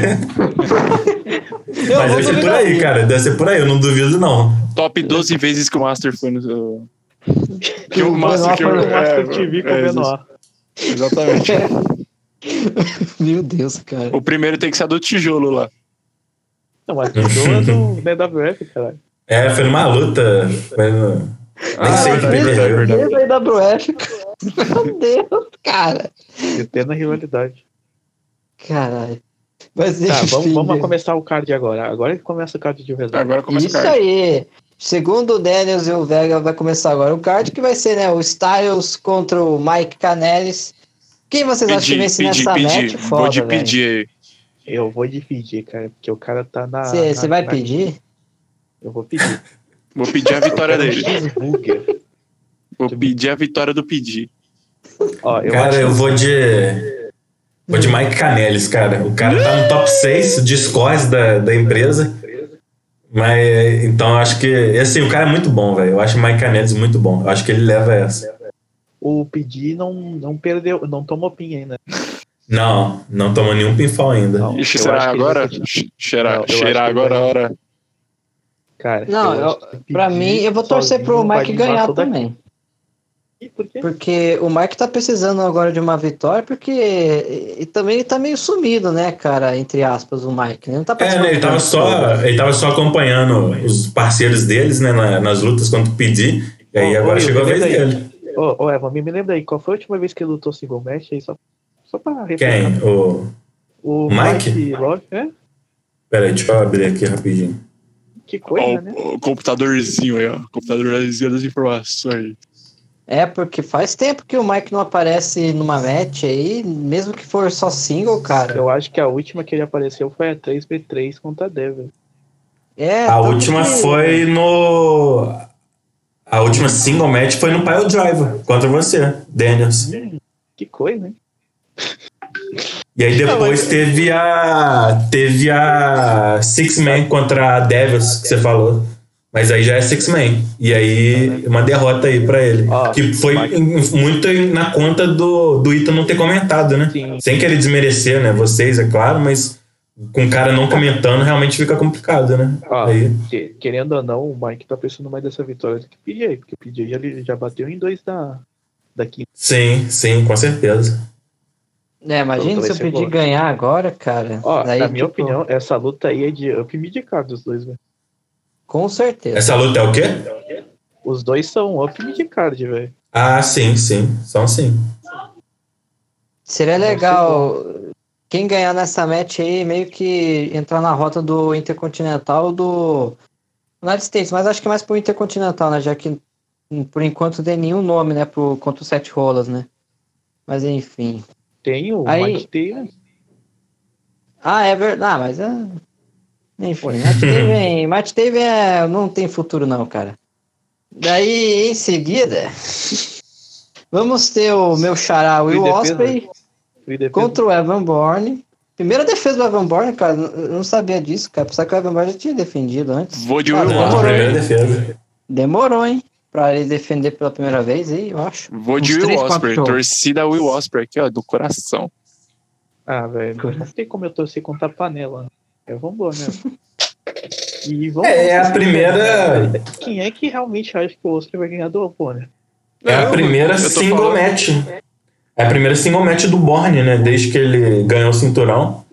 Eu Mas vou deve ser por duvidar aí, disso. cara. Deve ser por aí, eu não duvido, não. Top doze vezes que o Master foi no. Que o Benoit que foi no é, Master T V com é, o Benoit. Exatamente. Meu Deus, cara. O primeiro tem que ser a do tijolo lá. Não, mas o é do D W F, caralho. É, foi numa luta. Foi no... Nem Ah, sei é que verdade, teve. verdade, verdade. Deus aí da W F. Meu Deus, cara. Eterna rivalidade. Caralho. Mas Tá, vamos, enfim, vamos né? começar o card agora. Agora que começa o card de verdade. Agora começa Isso o card. aí. Segundo o Daniels e o Vega, vai começar agora o card, que vai ser, né, o Styles contra o Mike Kanellis. Quem vocês acham que Pedir, vence pedir, nessa pedir. match? Vou de Foda, velho. pedir aí. Eu vou dividir, cara, porque o cara tá na. Você na- vai na- pedir? Eu vou pedir. Vou pedir a vitória dele. Cheeseburger. Vou pedir a vitória do pedir. Ó, eu Cara, acho eu vou de. Vou de Mike Kanellis, cara. O cara tá no top seis de scores da, da empresa. Mas, então, eu acho que. Assim, o cara é muito bom, velho. Eu acho o Mike Kanellis muito bom. Eu acho que ele leva essa. o pedir não, não perdeu, não tomou pin ainda. Não, não tomou nenhum pinfall ainda. Não. Ixi, eu será acho que ele agora? vai- Che- Cheirar, Não, eu acho cheirar que ele agora a vai- hora. Cara, Não, eu- acho que Pra pedir mim, eu vou torcer sozinho pro vai Mike limpar ganhar toda a- também. Ih, por quê? Porque o Mike tá precisando agora de uma vitória, porque e, e também ele tá meio sumido, né, cara? Entre aspas, o Mike. Ele não tá É, participando né, ele tava tanto. só, ele tava só acompanhando os parceiros deles, né, na- nas lutas contra o P D. E aí Ô, agora ô, chegou a me vez lembra aí. dele. Ô, ô, Evan, me me lembra aí, qual foi a última vez que ele lutou single match aí? Só, só pra refrescar. Quem? O... O Mike? Mike Love, é? Pera aí, deixa eu abrir aqui rapidinho. Que coisa, Ó, né? o, o computadorzinho aí, ó. Computadorzinho das informações. É, porque faz tempo que o Mike não aparece numa match aí, mesmo que for só single, cara. Eu acho que a última que ele apareceu foi a três v três contra a Devil. É, A tanto última que- foi no... A última single match foi no Pile Driver, contra você, Daniels. Que coisa, hein? E aí depois teve a... Teve a Six Man contra a Devils, que você falou. Mas aí já é Six Man. E aí, uma derrota aí pra ele. Ó, que foi Mike- em- muito na conta do, do Ita não ter comentado, né? Sim. Sem querer desmerecer, né? Vocês, é claro, mas com o cara não comentando, realmente fica complicado, né? Ó, Aí. que- querendo ou não, o Mike tá precisando mais dessa vitória do que o P J, porque o P J já, ele já bateu em dois da, da quinta. Sim, sim, com certeza. É, imagina Então se vai eu ser pedir bom. ganhar agora, cara. Ó, Daí, na minha tipo, opinião, essa luta aí é de up mid card dos dois, velho. Com certeza. Essa luta é o quê? Os dois são up mid card, velho. Ah, sim, sim. São sim. Seria legal quem ganhar nessa match aí meio que entrar na rota do Intercontinental do United States, mas acho que mais pro Intercontinental, né? Já que hum, por enquanto não tem nenhum nome, né? Pro, contra o Sete Rolas, né? Mas enfim. Tem o Aí- Mike Taylor. Ah, é verdade. Ah, mas é... Enfim, Matt Taven, Matt Taven é... não tem futuro não, cara. Daí, em seguida, vamos ter o meu xará Will Free defesa. Ospreay Free defesa. contra o Evan Bourne. Primeira defesa do Evan Bourne, cara. Eu não sabia disso, cara. Pensava que o Evan Bourne já tinha defendido antes. Vou de Ah, Will não, Não, demorou, Ospreay. primeira defesa. Demorou, hein? Pra ele defender pela primeira vez aí, eu acho. Vou de Uns Will três, quatro Ospreay. jogos. Torcida Will Ospreay aqui, ó, do coração. Ah, velho, não tem como eu torcer contra a panela. É, vambora, né? E vamos É, é a vamos- primeira. Quem é que realmente acha que o Oscar vai ganhar do opponent? É a Eu- primeira eu tô single falando- match. É a primeira single match do Bourne, né? Desde que ele ganhou o cinturão.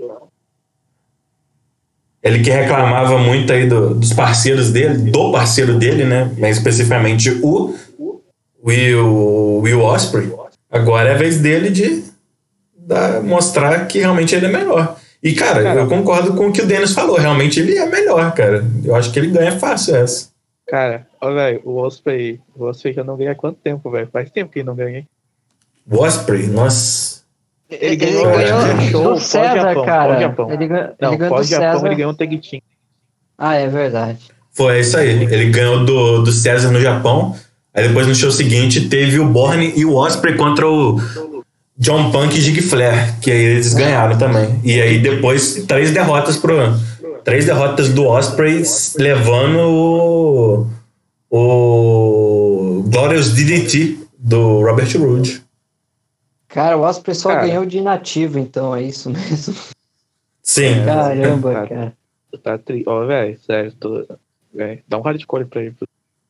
Ele que reclamava muito aí do- dos parceiros dele, do parceiro dele, né? Mais especificamente o Will, Will Ospreay. Agora é a vez dele de dar- mostrar que realmente ele é melhor. E, cara, cara, eu concordo com o que o Dennis falou. Realmente ele é melhor, cara. Eu acho que ele ganha fácil essa. Cara, ó, velho, o Ospreay, o Ospreay que eu não ganhei há quanto tempo, velho? Faz tempo que ele não ganhei. O Ospreay, nossa. Ele, ele ganhou, ganhou show do César, Japão, cara. Japão. Ele, ganha, não, ele ganhou do Japão, César. Ele ganhou um tag team. Ah, é verdade. Foi, é isso aí. Ele ganhou do, do César no Japão. Aí depois no show seguinte teve o Borne e o Ospreay contra o John Punk e Jig Flair, que aí eles ganharam também. E aí depois três derrotas pro três derrotas do Ospreay, levando o, o Glorious D D T do Robert Roode. Cara, o Ospreay só cara, ganhou de inativo, então é isso mesmo. Sim. Caramba, cara. cara. Tá tri... Ó, velho, sério, tô... véio, dá um hardcore pra ele.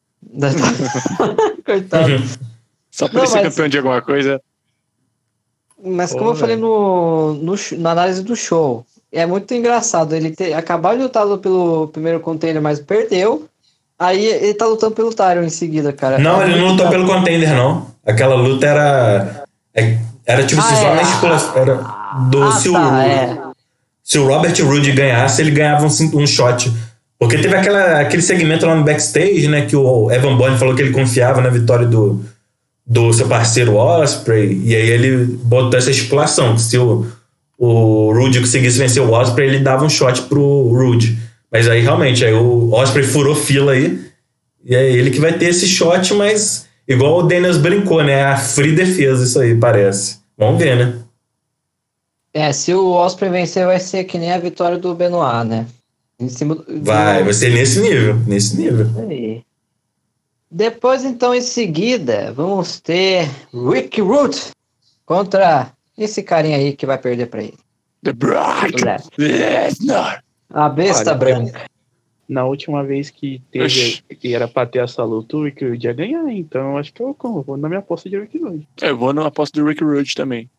Coitado. Só pra ele ser campeão de alguma coisa. Mas como Pô, eu falei no, no, na análise do show, é muito engraçado. Ele ter, acabou de lutar pelo primeiro contender, mas perdeu. Aí ele tá lutando pelo Tyron em seguida, cara. Não, é ele não lutou engraçado. pelo contender, não. Aquela luta era. Era tipo assim, ah, só é. na estipulação. Era do Ah, se, o, tá, é. se o Robert Roode ganhasse, ele ganhava um, um shot. Porque teve aquela, aquele segmento lá no backstage, né? Que o Evan Bourne falou que ele confiava na vitória do, do seu parceiro Ospreay. E aí ele botou essa estipulação: que se o, o Roode conseguisse vencer o Ospreay, ele dava um shot pro Roode. Mas aí realmente, aí o Ospreay furou fila aí. E é ele que vai ter esse shot, mas igual o Daniels brincou, né? A free defesa, isso aí, parece. Vamos ver, né? É, se o Ospreay vencer, vai ser que nem a vitória do Benoit, né? Em cima do... Vai, vai ser nesse nível, nesse nível. Aí. Depois, então, em seguida, vamos ter Rick Root contra esse carinha aí que vai perder pra ele. The Brock Lesnar. A besta Olha, branca. Na última vez que teve, que era pra ter essa luta, o Rick Rude ia ganhar, então eu acho que eu vou na minha aposta de Rick Rude. Eu vou na aposta do Rick Rude também.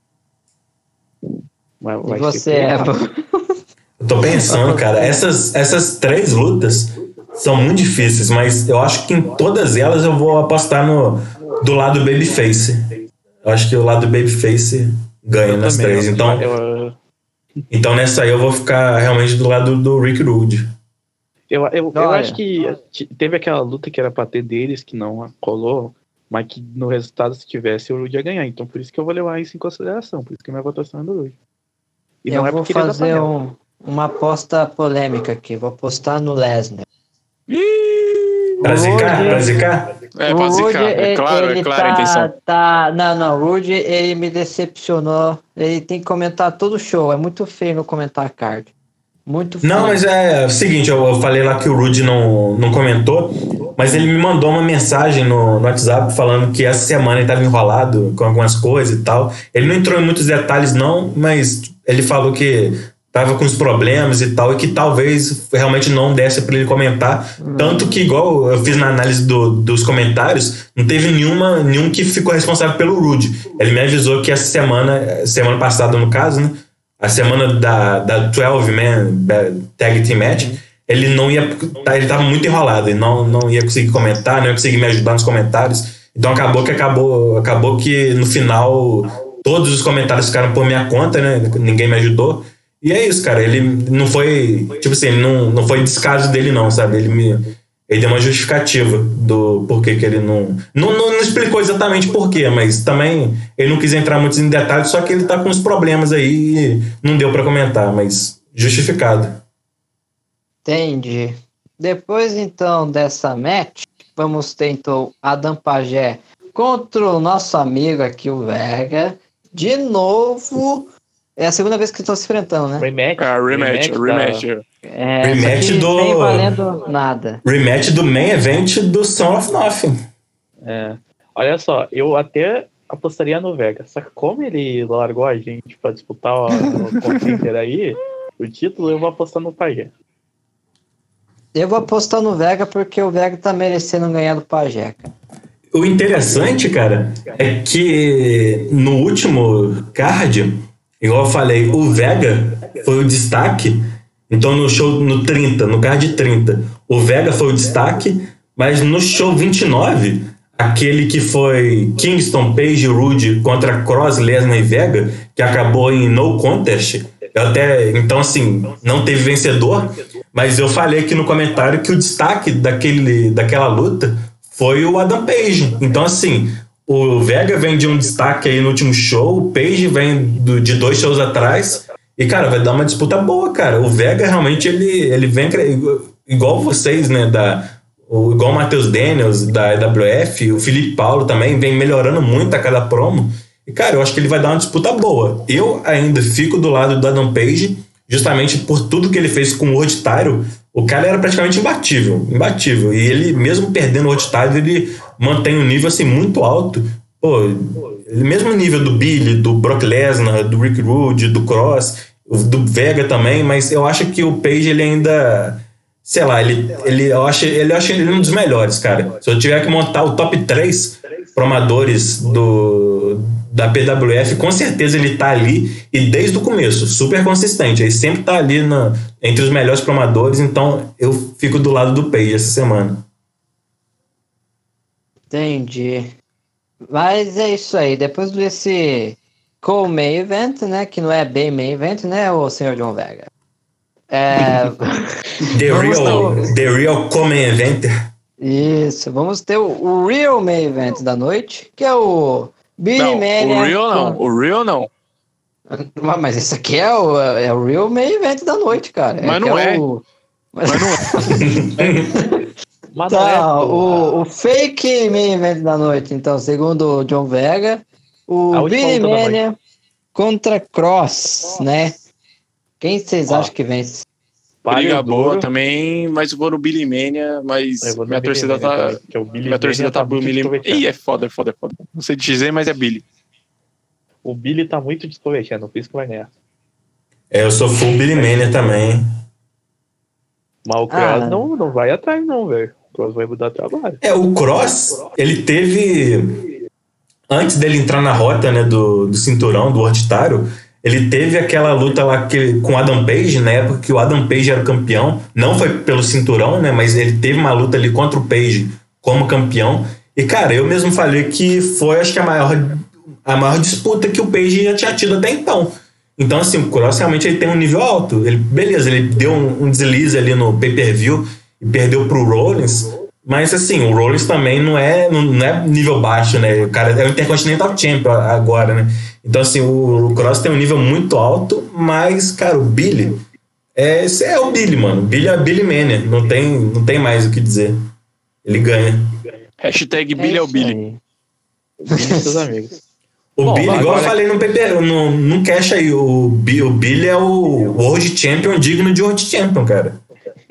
Mas E vai você, ser Eva? Eu tô pensando, cara, essas, essas três lutas são muito difíceis, mas eu acho que em todas elas eu vou apostar no, do lado Babyface. Eu acho que o lado Babyface ganha nas também, três. eu- Então, eu, então nessa aí eu vou ficar realmente do lado do Rick Rude. eu, eu, eu Olha. acho que teve aquela luta que era pra ter deles, que não colou, mas que no resultado, se tivesse, o Rude ia ganhar. Então por isso que eu vou levar isso em consideração, por isso que minha votação é do Rude. E Eu não é vou porque ele é da fazer panela. um, uma aposta polêmica aqui. Vou apostar no Lesnar. Pra zicar? Rude- Pra zicar? É, O pode Rude, zicar. É ele- claro, ele é clara a tá, intenção. tá- Não, não, o Rude, ele me decepcionou. Ele tem que comentar todo o show. É muito feio no comentar card. Muito feio. Não, mas é o seguinte, eu, eu falei lá que o Rude não, não comentou, mas ele me mandou uma mensagem no, no WhatsApp falando que essa semana ele estava enrolado com algumas coisas e tal. Ele não entrou em muitos detalhes não, mas ele falou que tava com os problemas e tal, e que talvez realmente não desse para ele comentar. Hum. Tanto que, igual eu fiz na análise do, dos comentários, não teve nenhuma, nenhum que ficou responsável pelo Rude. Ele me avisou que essa semana, semana passada no caso, né? A semana da, da doze man Tag Team Match, ele não ia. Ele tava muito enrolado, ele não, não ia conseguir comentar, não ia conseguir me ajudar nos comentários. Então acabou que acabou, acabou que no final todos os comentários ficaram por minha conta, né? Ninguém me ajudou. E é isso, cara. Ele não foi. Tipo assim, ele não, não foi descaso dele, não, sabe? Ele me. Ele deu uma justificativa do porquê que ele não, não. Não, não explicou exatamente porquê, mas também ele não quis entrar muito em detalhes, só que ele tá com uns problemas aí e não deu pra comentar, mas justificado. Entendi. Depois, então, dessa match, vamos ter, então, Adam Pajé contra o nosso amigo aqui, o Vega. De novo. É a segunda vez que estão se enfrentando, né? Rematch. Ah, rematch, da- rematch. É, Rematch só que do- sem valendo nada. Rematch do main event do Son of Nothing. É. Olha só, eu até apostaria no Vega. Só que como ele largou a gente pra disputar o, o contender aí, o título, eu vou apostar no Pajé. Eu vou apostar no Vega porque o Vega tá merecendo ganhar do Pajé, cara. O interessante, cara, é que no último card, igual eu falei, o Vega foi o destaque. Então no show no trinta, no card trinta, o Vega foi o destaque, mas no show vinte e nove, aquele que foi Kingston, Page e Rude contra Cross, Lesnar e Vega, que acabou em no contest, Eu até, então, assim, não teve vencedor, mas eu falei aqui no comentário que o destaque daquele, daquela luta foi o Adam Page. Então, assim, o Vega vem de um destaque aí no último show, o Page vem do, de dois shows atrás, e, cara, vai dar uma disputa boa, cara. O Vega, realmente, ele, ele vem igual vocês, né, da, o, igual o Matheus Daniels, da E W F, o Felipe Paulo também, vem melhorando muito a cada promo. E, cara, eu acho que ele vai dar uma disputa boa. Eu ainda fico do lado do Adam Page, justamente por tudo que ele fez com o World Title. O cara era praticamente imbatível, imbatível. E ele, mesmo perdendo o World Title, ele mantém um nível, assim, muito alto. Pô, ele, mesmo nível do Billy, do Brock Lesnar, do Rick Rude, do Cross, do Vega também, mas eu acho que o Page, ele ainda... Sei lá, ele, ele, eu, acho, ele, eu acho ele um dos melhores, cara. Se eu tiver que montar o top três promadores do... da P W F, com certeza ele tá ali, e desde o começo, super consistente, ele sempre tá ali na, entre os melhores promadores, então eu fico do lado do Page essa semana. Entendi. Mas é isso aí, depois desse co-main event, né, que não é bem main event, né, o senhor John Vega? É... the, real, the real co-main event. Isso, vamos ter o, o real main event da noite, que é o Billy não, Mania. O Real não, o Real não. Mas esse aqui é o, é o Real Main Event da noite, cara. Mas é não é. é o... Mas não é. Mas tá, não é, o, o fake Main Event da noite, então, segundo o John Vega, o Billy Mania contra Cross, né? Quem vocês acham que vence? Briga boa também, mas eu vou no Billy Mania, mas minha torcida Mania, tá... Também, é o Billy minha torcida tá pro Billy Mania. Ih, é foda, é foda, é foda. Não sei dizer, mas é Billy. O Billy tá muito descorretiano, por isso que vai ganhar. É, eu sou full Billy Mania também. Mas o Cross ah, não, não vai atrás não, velho. O Cross vai mudar trabalho. É, o Cross, ele teve... Antes dele entrar na rota, né, do, do cinturão, do World Title, ele teve aquela luta lá que, com o Adam Page, na época que o Adam Page era o campeão. Não foi pelo cinturão, né, mas ele teve uma luta ali contra o Page como campeão. E, cara, eu mesmo falei que foi, acho que a maior... a maior disputa que o Page já tinha tido até então. Então, assim, o Cross realmente ele tem um nível alto. Ele, beleza, ele deu um, um deslize ali no pay-per-view e perdeu pro Rollins, mas, assim, o Rollins também não é, não, não é nível baixo, né? O cara é o Intercontinental Champion agora, né? Então, assim, o, o Cross tem um nível muito alto, mas, cara, o Billy é, é o Billy, mano. O Billy é Billy Mania. Não tem, não tem mais o que dizer. Ele ganha. Hashtag Billy é o Billy. Billy e seus amigos. O Bom, Billy, igual eu falei no, P P, no, no cash aí, o, o Billy é o World Champion digno de World Champion, cara.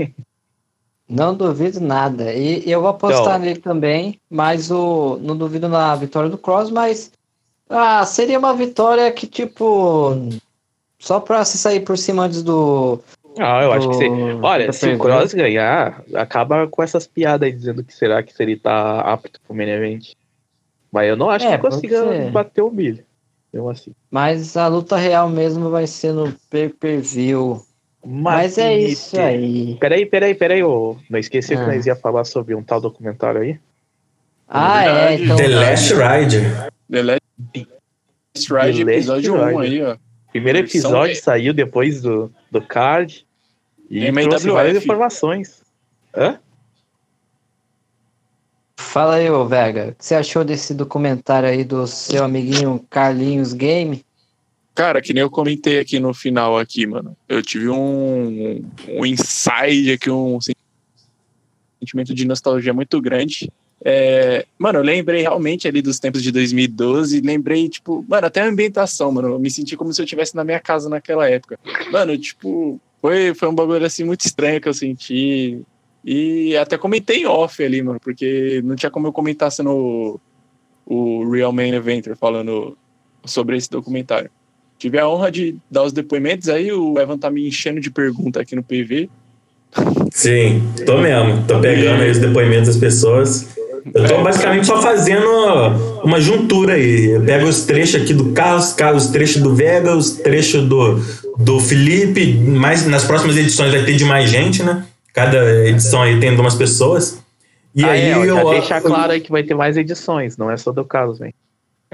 Não duvido nada. E, e eu vou apostar então, nele também, mas o, não duvido na vitória do Cross, mas ah, seria uma vitória que, tipo, só pra se sair por cima antes do... Ah, eu do, acho que você... Olha, se o Cross ganhar, acaba com essas piadas aí, dizendo que será que ele tá apto pro main event. Mas eu não acho é, que consiga bater o Billy. Eu assim. Mas a luta real mesmo vai ser no pay-per-view. Mas, Mas é isso aí. Peraí, peraí, peraí. Oh, não esqueci ah. que nós ia falar sobre um tal documentário aí. Ah, é. Então... The Last Rider. The Last Rider, episódio um aí, ó. Primeiro episódio São... saiu depois do, do card. E M trouxe W F. Várias informações. Hã? Fala aí, ô Vega, o que você achou desse documentário aí do seu amiguinho Carlinhos Game? Cara, que nem eu comentei aqui no final aqui, mano. Eu tive um, um insight aqui, um sentimento de nostalgia muito grande. É, mano, eu lembrei realmente ali dos tempos de dois mil e doze, lembrei, tipo, mano, até a ambientação, mano. Eu me senti como se eu estivesse na minha casa naquela época. Mano, tipo, foi, foi um bagulho assim muito estranho que eu senti. E até comentei em off ali, mano, porque não tinha como eu comentar sendo o, o Real Main Eventer falando sobre esse documentário. Tive a honra de dar os depoimentos aí, o Evan tá me enchendo de pergunta aqui no P V. Sim, tô mesmo. Tô pegando aí os depoimentos das pessoas. Eu tô basicamente só fazendo uma juntura aí. Eu pego os trechos aqui do Carlos, os trechos do Vega, os trechos do, do Felipe. Mais, nas próximas edições vai ter de mais gente, né? Cada edição aí tem umas pessoas. E ah, aí é, eu... Já deixar claro aí que vai ter mais edições, não é só do Carlos, velho. É.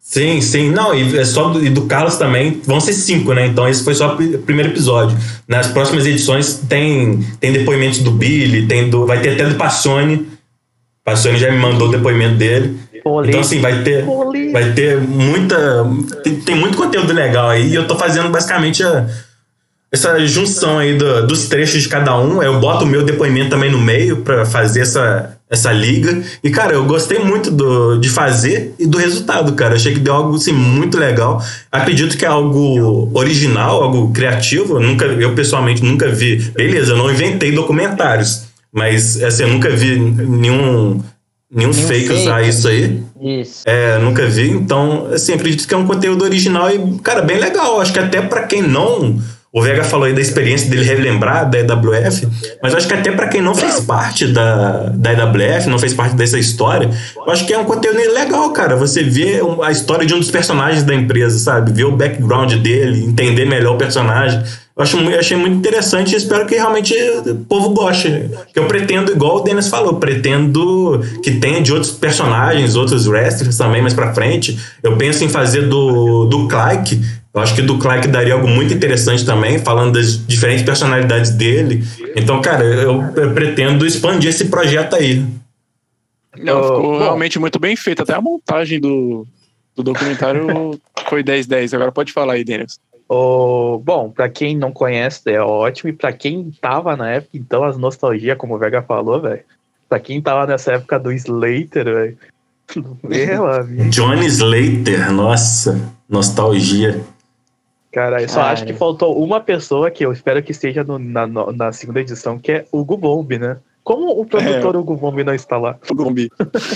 Sim, sim. Não, e, é só do, e do Carlos também vão ser cinco, né? Então esse foi só o primeiro episódio. Nas próximas edições tem, tem depoimentos do Billy, tem do, vai ter até do Passione. Passione já me mandou o depoimento dele. Polícia. Então assim, vai ter, vai ter muita... Tem, tem muito conteúdo legal aí. E eu tô fazendo basicamente a, essa junção aí do, dos trechos de cada um. Eu boto o meu depoimento também no meio pra fazer essa... essa liga, e cara, eu gostei muito do, de fazer e do resultado, cara, achei que deu algo assim muito legal, acredito que é algo original, algo criativo, eu, nunca, eu pessoalmente nunca vi, beleza, eu não inventei documentários, mas assim, eu nunca vi nenhum nenhum fake usar isso aí, isso. É, nunca vi, então assim, acredito que é um conteúdo original e, cara, bem legal, acho que até pra quem não... O Vega falou aí da experiência dele relembrar da E W F, mas eu acho que até pra quem não fez parte da, da E W F, não fez parte dessa história, eu acho que é um conteúdo legal, cara. Você vê a história de um dos personagens da empresa, sabe? Ver o background dele, entender melhor o personagem. Eu acho, eu achei muito interessante e espero que realmente o povo goste. Que eu pretendo, igual o Dennis falou, pretendo que tenha de outros personagens, outros wrestlers também mais pra frente. Eu penso em fazer do, do Clark. Eu acho que do Clark daria algo muito interessante também, falando das diferentes personalidades dele. Então, cara, eu, eu pretendo expandir esse projeto aí. Não, ficou uh, realmente muito bem feito. Até a montagem do, do documentário foi dez dez. Agora pode falar aí, Denis. Uh, bom, pra quem não conhece, é ótimo. E pra quem tava na época, então, as nostalgias, como o Vega falou, velho. Pra quem tava nessa época do Slater, velho. Meu amigo. Johnny Slater, nossa, nostalgia. Cara, eu só Cara. acho que faltou uma pessoa que eu espero que esteja no, na, na segunda edição, que é Hugo Bombi, né? Como o produtor é. Hugo Bombi não está lá? Hugo Bombi.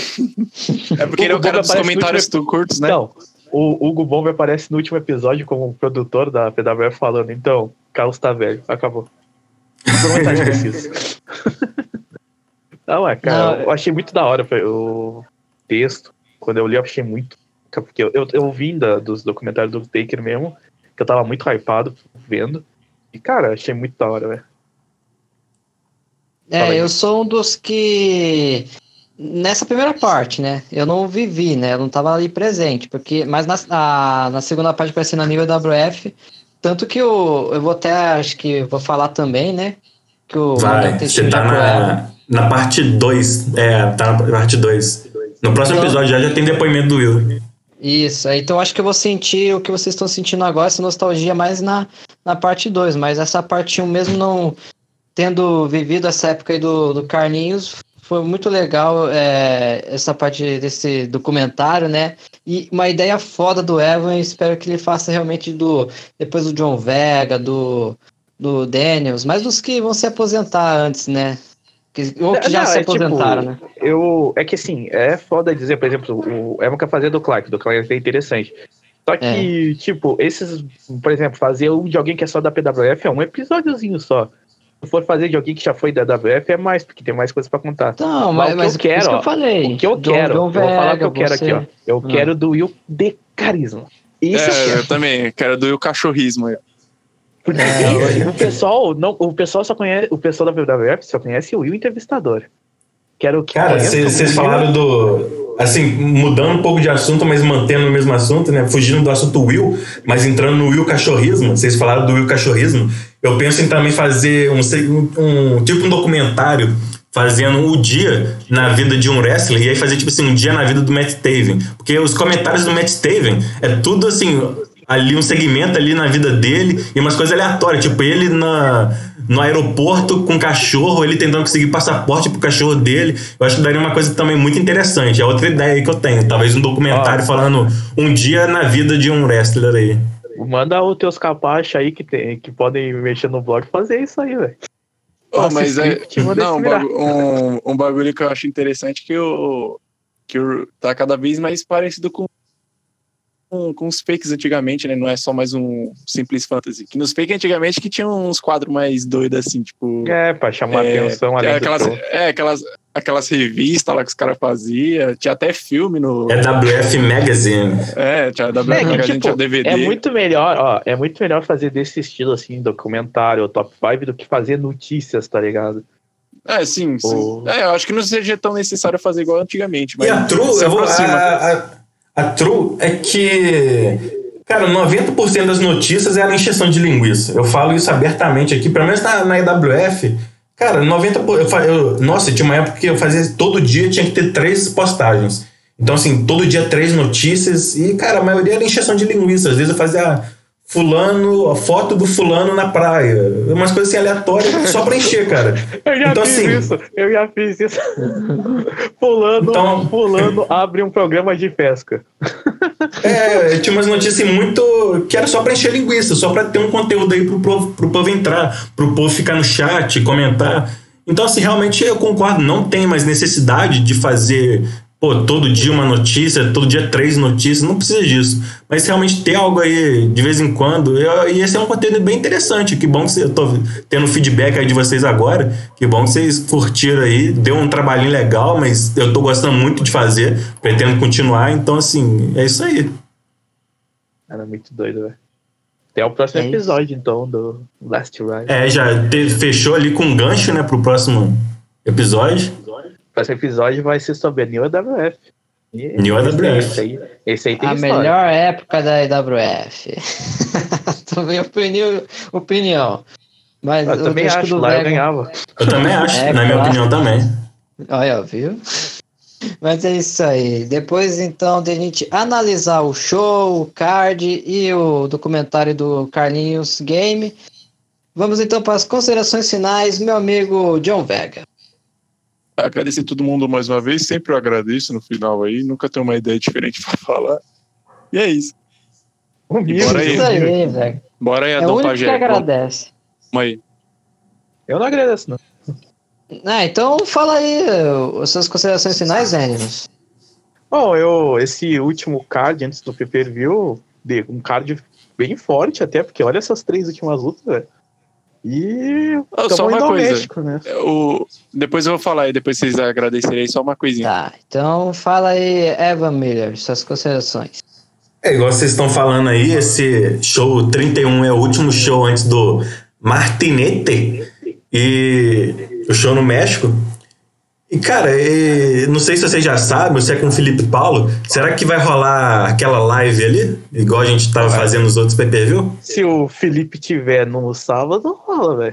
É porque ele é o cara dos comentários último... curtos, né? Não, o Hugo Bombi aparece no último episódio como produtor da P W F falando, então, Carlos tá velho, acabou. Comentário preciso. Não, é, cara, não, eu achei muito da hora o texto. Quando eu li, eu achei muito. Porque eu, eu, eu vim da, dos documentários do Taker mesmo, que eu tava muito hypado vendo. E, cara, achei muito da hora, velho. É, eu sou um dos que... Nessa primeira parte, né? Eu não vivi, né? Eu não tava ali presente. Porque, mas na, a, na segunda parte, aparecendo a nível W W F, tanto que eu, eu vou até, acho que vou falar também, né? Que o Vai, você tá na, na parte dois. É, tá na parte dois. No próximo então, episódio já, já tem depoimento do Will. Isso, então acho que eu vou sentir o que vocês estão sentindo agora, essa nostalgia mais na, na parte dois, mas essa parte um mesmo não tendo vivido essa época aí do, do Carlinhos, foi muito legal é, essa parte desse documentário, né? E uma ideia foda do Evan, espero que ele faça realmente do depois do John Vega, do, do Daniels, mas dos que vão se aposentar antes, né? Que, ou que já não, se é aposentaram, tipo, né? Eu, é que assim, é foda dizer, por exemplo, o Evan quer fazer do Clark, do Clark é interessante. Só que, é. tipo, esses, por exemplo, fazer um de alguém que é só da P W F é um episódiozinho só. Se for fazer de alguém que já foi da W W F é mais, porque tem mais coisas pra contar. Não, mas, mas o que eu quero, que eu falei. O que eu John, quero, John eu Vega, vou falar o que eu quero você... aqui, ó. Eu ah. quero do Will de carisma. Isso é, eu, quero. eu também, quero do Will cachorrismo aí. Porque é, o pessoal não, o pessoal só conhece, o pessoal da W W F só conhece o Will entrevistador. Quero que Cara, vocês falaram do assim, mudando um pouco de assunto, mas mantendo o mesmo assunto, né? Fugindo do assunto Will, mas entrando no Will cachorrismo. Vocês falaram do Will cachorrismo. Eu penso em também fazer um, um, um tipo um documentário fazendo o dia na vida de um wrestler, e aí fazer tipo assim, um dia na vida do Matt Taven, porque os comentários do Matt Taven é tudo assim, ali um segmento ali na vida dele e umas coisas aleatórias, tipo ele na, no aeroporto com o cachorro, ele tentando conseguir passaporte pro cachorro dele. Eu acho que daria uma coisa também muito interessante. É outra ideia aí que eu tenho, talvez um documentário ah, falando um dia na vida de um wrestler aí. Manda os teus capachos aí que, tem, que podem mexer no blog fazer isso aí, velho. Oh, mas é, não, um, bagu- um, um bagulho que eu acho interessante que o que o, tá cada vez mais parecido com, com, com os fakes antigamente, né? Não é só mais um simples fantasy. Que nos fakes antigamente que tinha uns quadros mais doidos assim, tipo... É, pra chamar é, atenção ali. Aquelas, é, aquelas, aquelas revistas lá que os caras faziam. Tinha até filme no... É W F Magazine. É, tinha W F é, Magazine, tipo, tinha D V D. É muito melhor, ó, é muito melhor fazer desse estilo, assim, documentário, top cinco, do que fazer notícias, tá ligado? É, sim, sim. Oh. É, eu acho que não seja tão necessário fazer igual antigamente. Mas e a True, eu vou, a, a, A true é que, cara, noventa por cento das notícias era encheção de linguiça. Eu falo isso abertamente aqui, pelo menos na, na E W F. Cara, noventa por cento... Eu, eu, nossa, tinha uma época que eu fazia todo dia, tinha que ter três postagens. Então, assim, todo dia três notícias. E, cara, a maioria era encheção de linguiça. Às vezes eu fazia fulano, a foto do fulano na praia. Umas coisas assim aleatórias, só pra encher, cara. Eu já então, fiz assim, isso, eu já fiz isso. Fulano, então, fulano abre um programa de pesca. É, tinha umas notícias muito... que era só pra encher linguiça, só pra ter um conteúdo aí pro povo, pro povo entrar, pro povo ficar no chat, comentar. Então, assim, realmente eu concordo, não tem mais necessidade de fazer... Pô, todo dia uma notícia, todo dia três notícias, não precisa disso. Mas realmente ter algo aí de vez em quando, eu, e esse é um conteúdo bem interessante. Que bom que eu tô tendo feedback aí de vocês agora. Que bom que vocês curtiram aí. Deu um trabalhinho legal, mas eu tô gostando muito de fazer. Pretendo continuar, então assim, é isso aí. Era muito doido, velho. Até o próximo É episódio, então, do Last Ride. É, já te, fechou ali com um gancho, né, pro próximo episódio. O próximo episódio vai ser sobre a New A W F. E New A W F. Esse aí, esse aí tem A história. melhor época da E W F. Também opinião, opinião. Mas Eu também acho que acho, do lá eu Vega- ganhava. Eu também acho, É, na minha claro. opinião também. Olha, viu? Mas é isso aí. Depois, então, de a gente analisar o show, o card e o documentário do Carlinhos Game, vamos então para as considerações finais, meu amigo John Vega. Agradecer todo mundo mais uma vez, sempre eu agradeço no final aí, nunca tenho uma ideia diferente pra falar. E é isso. Humilde, Bora aí. Isso aí, Vega. Bora aí, É o Adão único Pajé. que agradece. Vamos aí. Eu não agradeço, não. Ah, então fala aí uh, as suas considerações finais, Animus. Bom, eu, esse último card antes do pay-per-view, de- um card bem forte até, porque olha essas três últimas lutas, velho. E Ah, tamo só uma indo ao coisa. México, né? O... Depois eu vou falar aí, depois vocês agradecerem aí, só uma coisinha. Tá, então fala aí, Evan Miller, suas considerações. É igual vocês estão falando aí, esse show trinta e um é o último show antes do Martinete e o show no México. E cara, e, não sei se vocês já sabem, ou se é com o Felipe Paulo, será que vai rolar aquela live ali? Igual a gente tava fazendo nos outros pay-per-view? Se o Felipe tiver no sábado, rola, velho.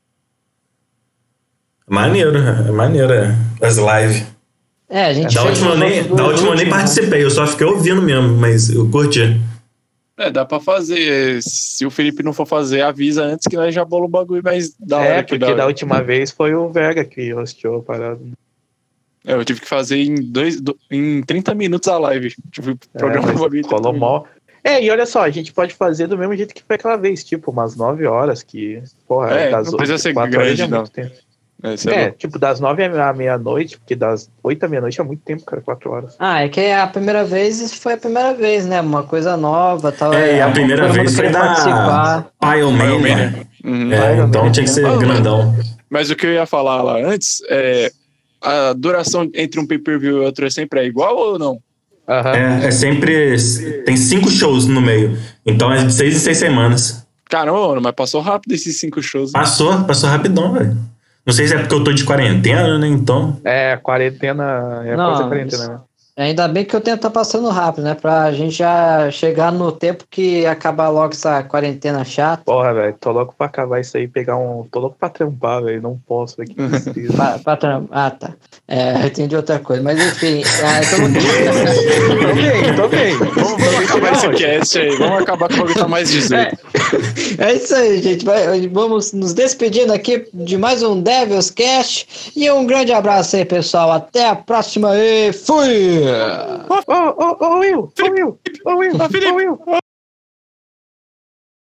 Maneiro, é maneiro é, as lives. É, a gente Da fez última eu os nem, outros da dois última eu nem últimos, né? participei, eu só fiquei ouvindo mesmo, mas eu curti. É, dá pra fazer. Se o Felipe não for fazer, avisa antes que nós já bola o bagulho mais da hora. É, que porque da da última vez foi o Vega que hosteou a parada. É, eu tive que fazer em, dois, do- em trinta minutos a live. Tive o programa É, mas do bagulho em trinta rolou minutos. mó. É, e olha só, a gente pode fazer do mesmo jeito que foi aquela vez, tipo, umas nove horas, que, porra, É, das não precisa ser quatro horas grande, é não. muito tempo. É, isso é É, louco. tipo, das nove à meia-noite, porque das oito à meia-noite é muito tempo, cara, quatro horas. Ah, é que a primeira vez foi a primeira vez, né? Uma coisa nova, tal. É, e a primeira todo mundo vez foi queria da participar. Pile-Mania. Uhum. É, então tinha que ser grandão. Mas o que eu ia falar lá antes é. A duração entre um pay-per-view e outro é sempre é igual ou não? Aham. É, é sempre. Tem cinco shows no meio. Então é de seis em seis semanas. Caramba, mano, mas passou rápido esses cinco shows. Né? Passou, passou rapidão, velho. Não sei se é porque eu tô de quarentena, né? Então. É, quarentena. É Não, quase quarentena, isso- né? Ainda bem que o tempo tá passando rápido, né? Pra gente já chegar no tempo que acabar logo essa quarentena chata. Porra, velho, tô louco pra acabar isso aí, pegar um. Tô louco pra trampar, velho. Não posso, velho. Que tristeza. Pra, pra tra- Ah, tá. É, eu entendi outra coisa. Mas enfim. É, então... tô bem, tô bem. Vamos, vamos acabar esse cast aí. Vamos acabar com o bagulho tá mais dezoito. É isso aí, gente. Vai- vamos nos despedindo aqui de mais um Devils Cast. E um grande abraço aí, pessoal. Até a próxima e fui! Ô, ô, ô, Will! Ô, Will! Ô, Will! Ô, Will!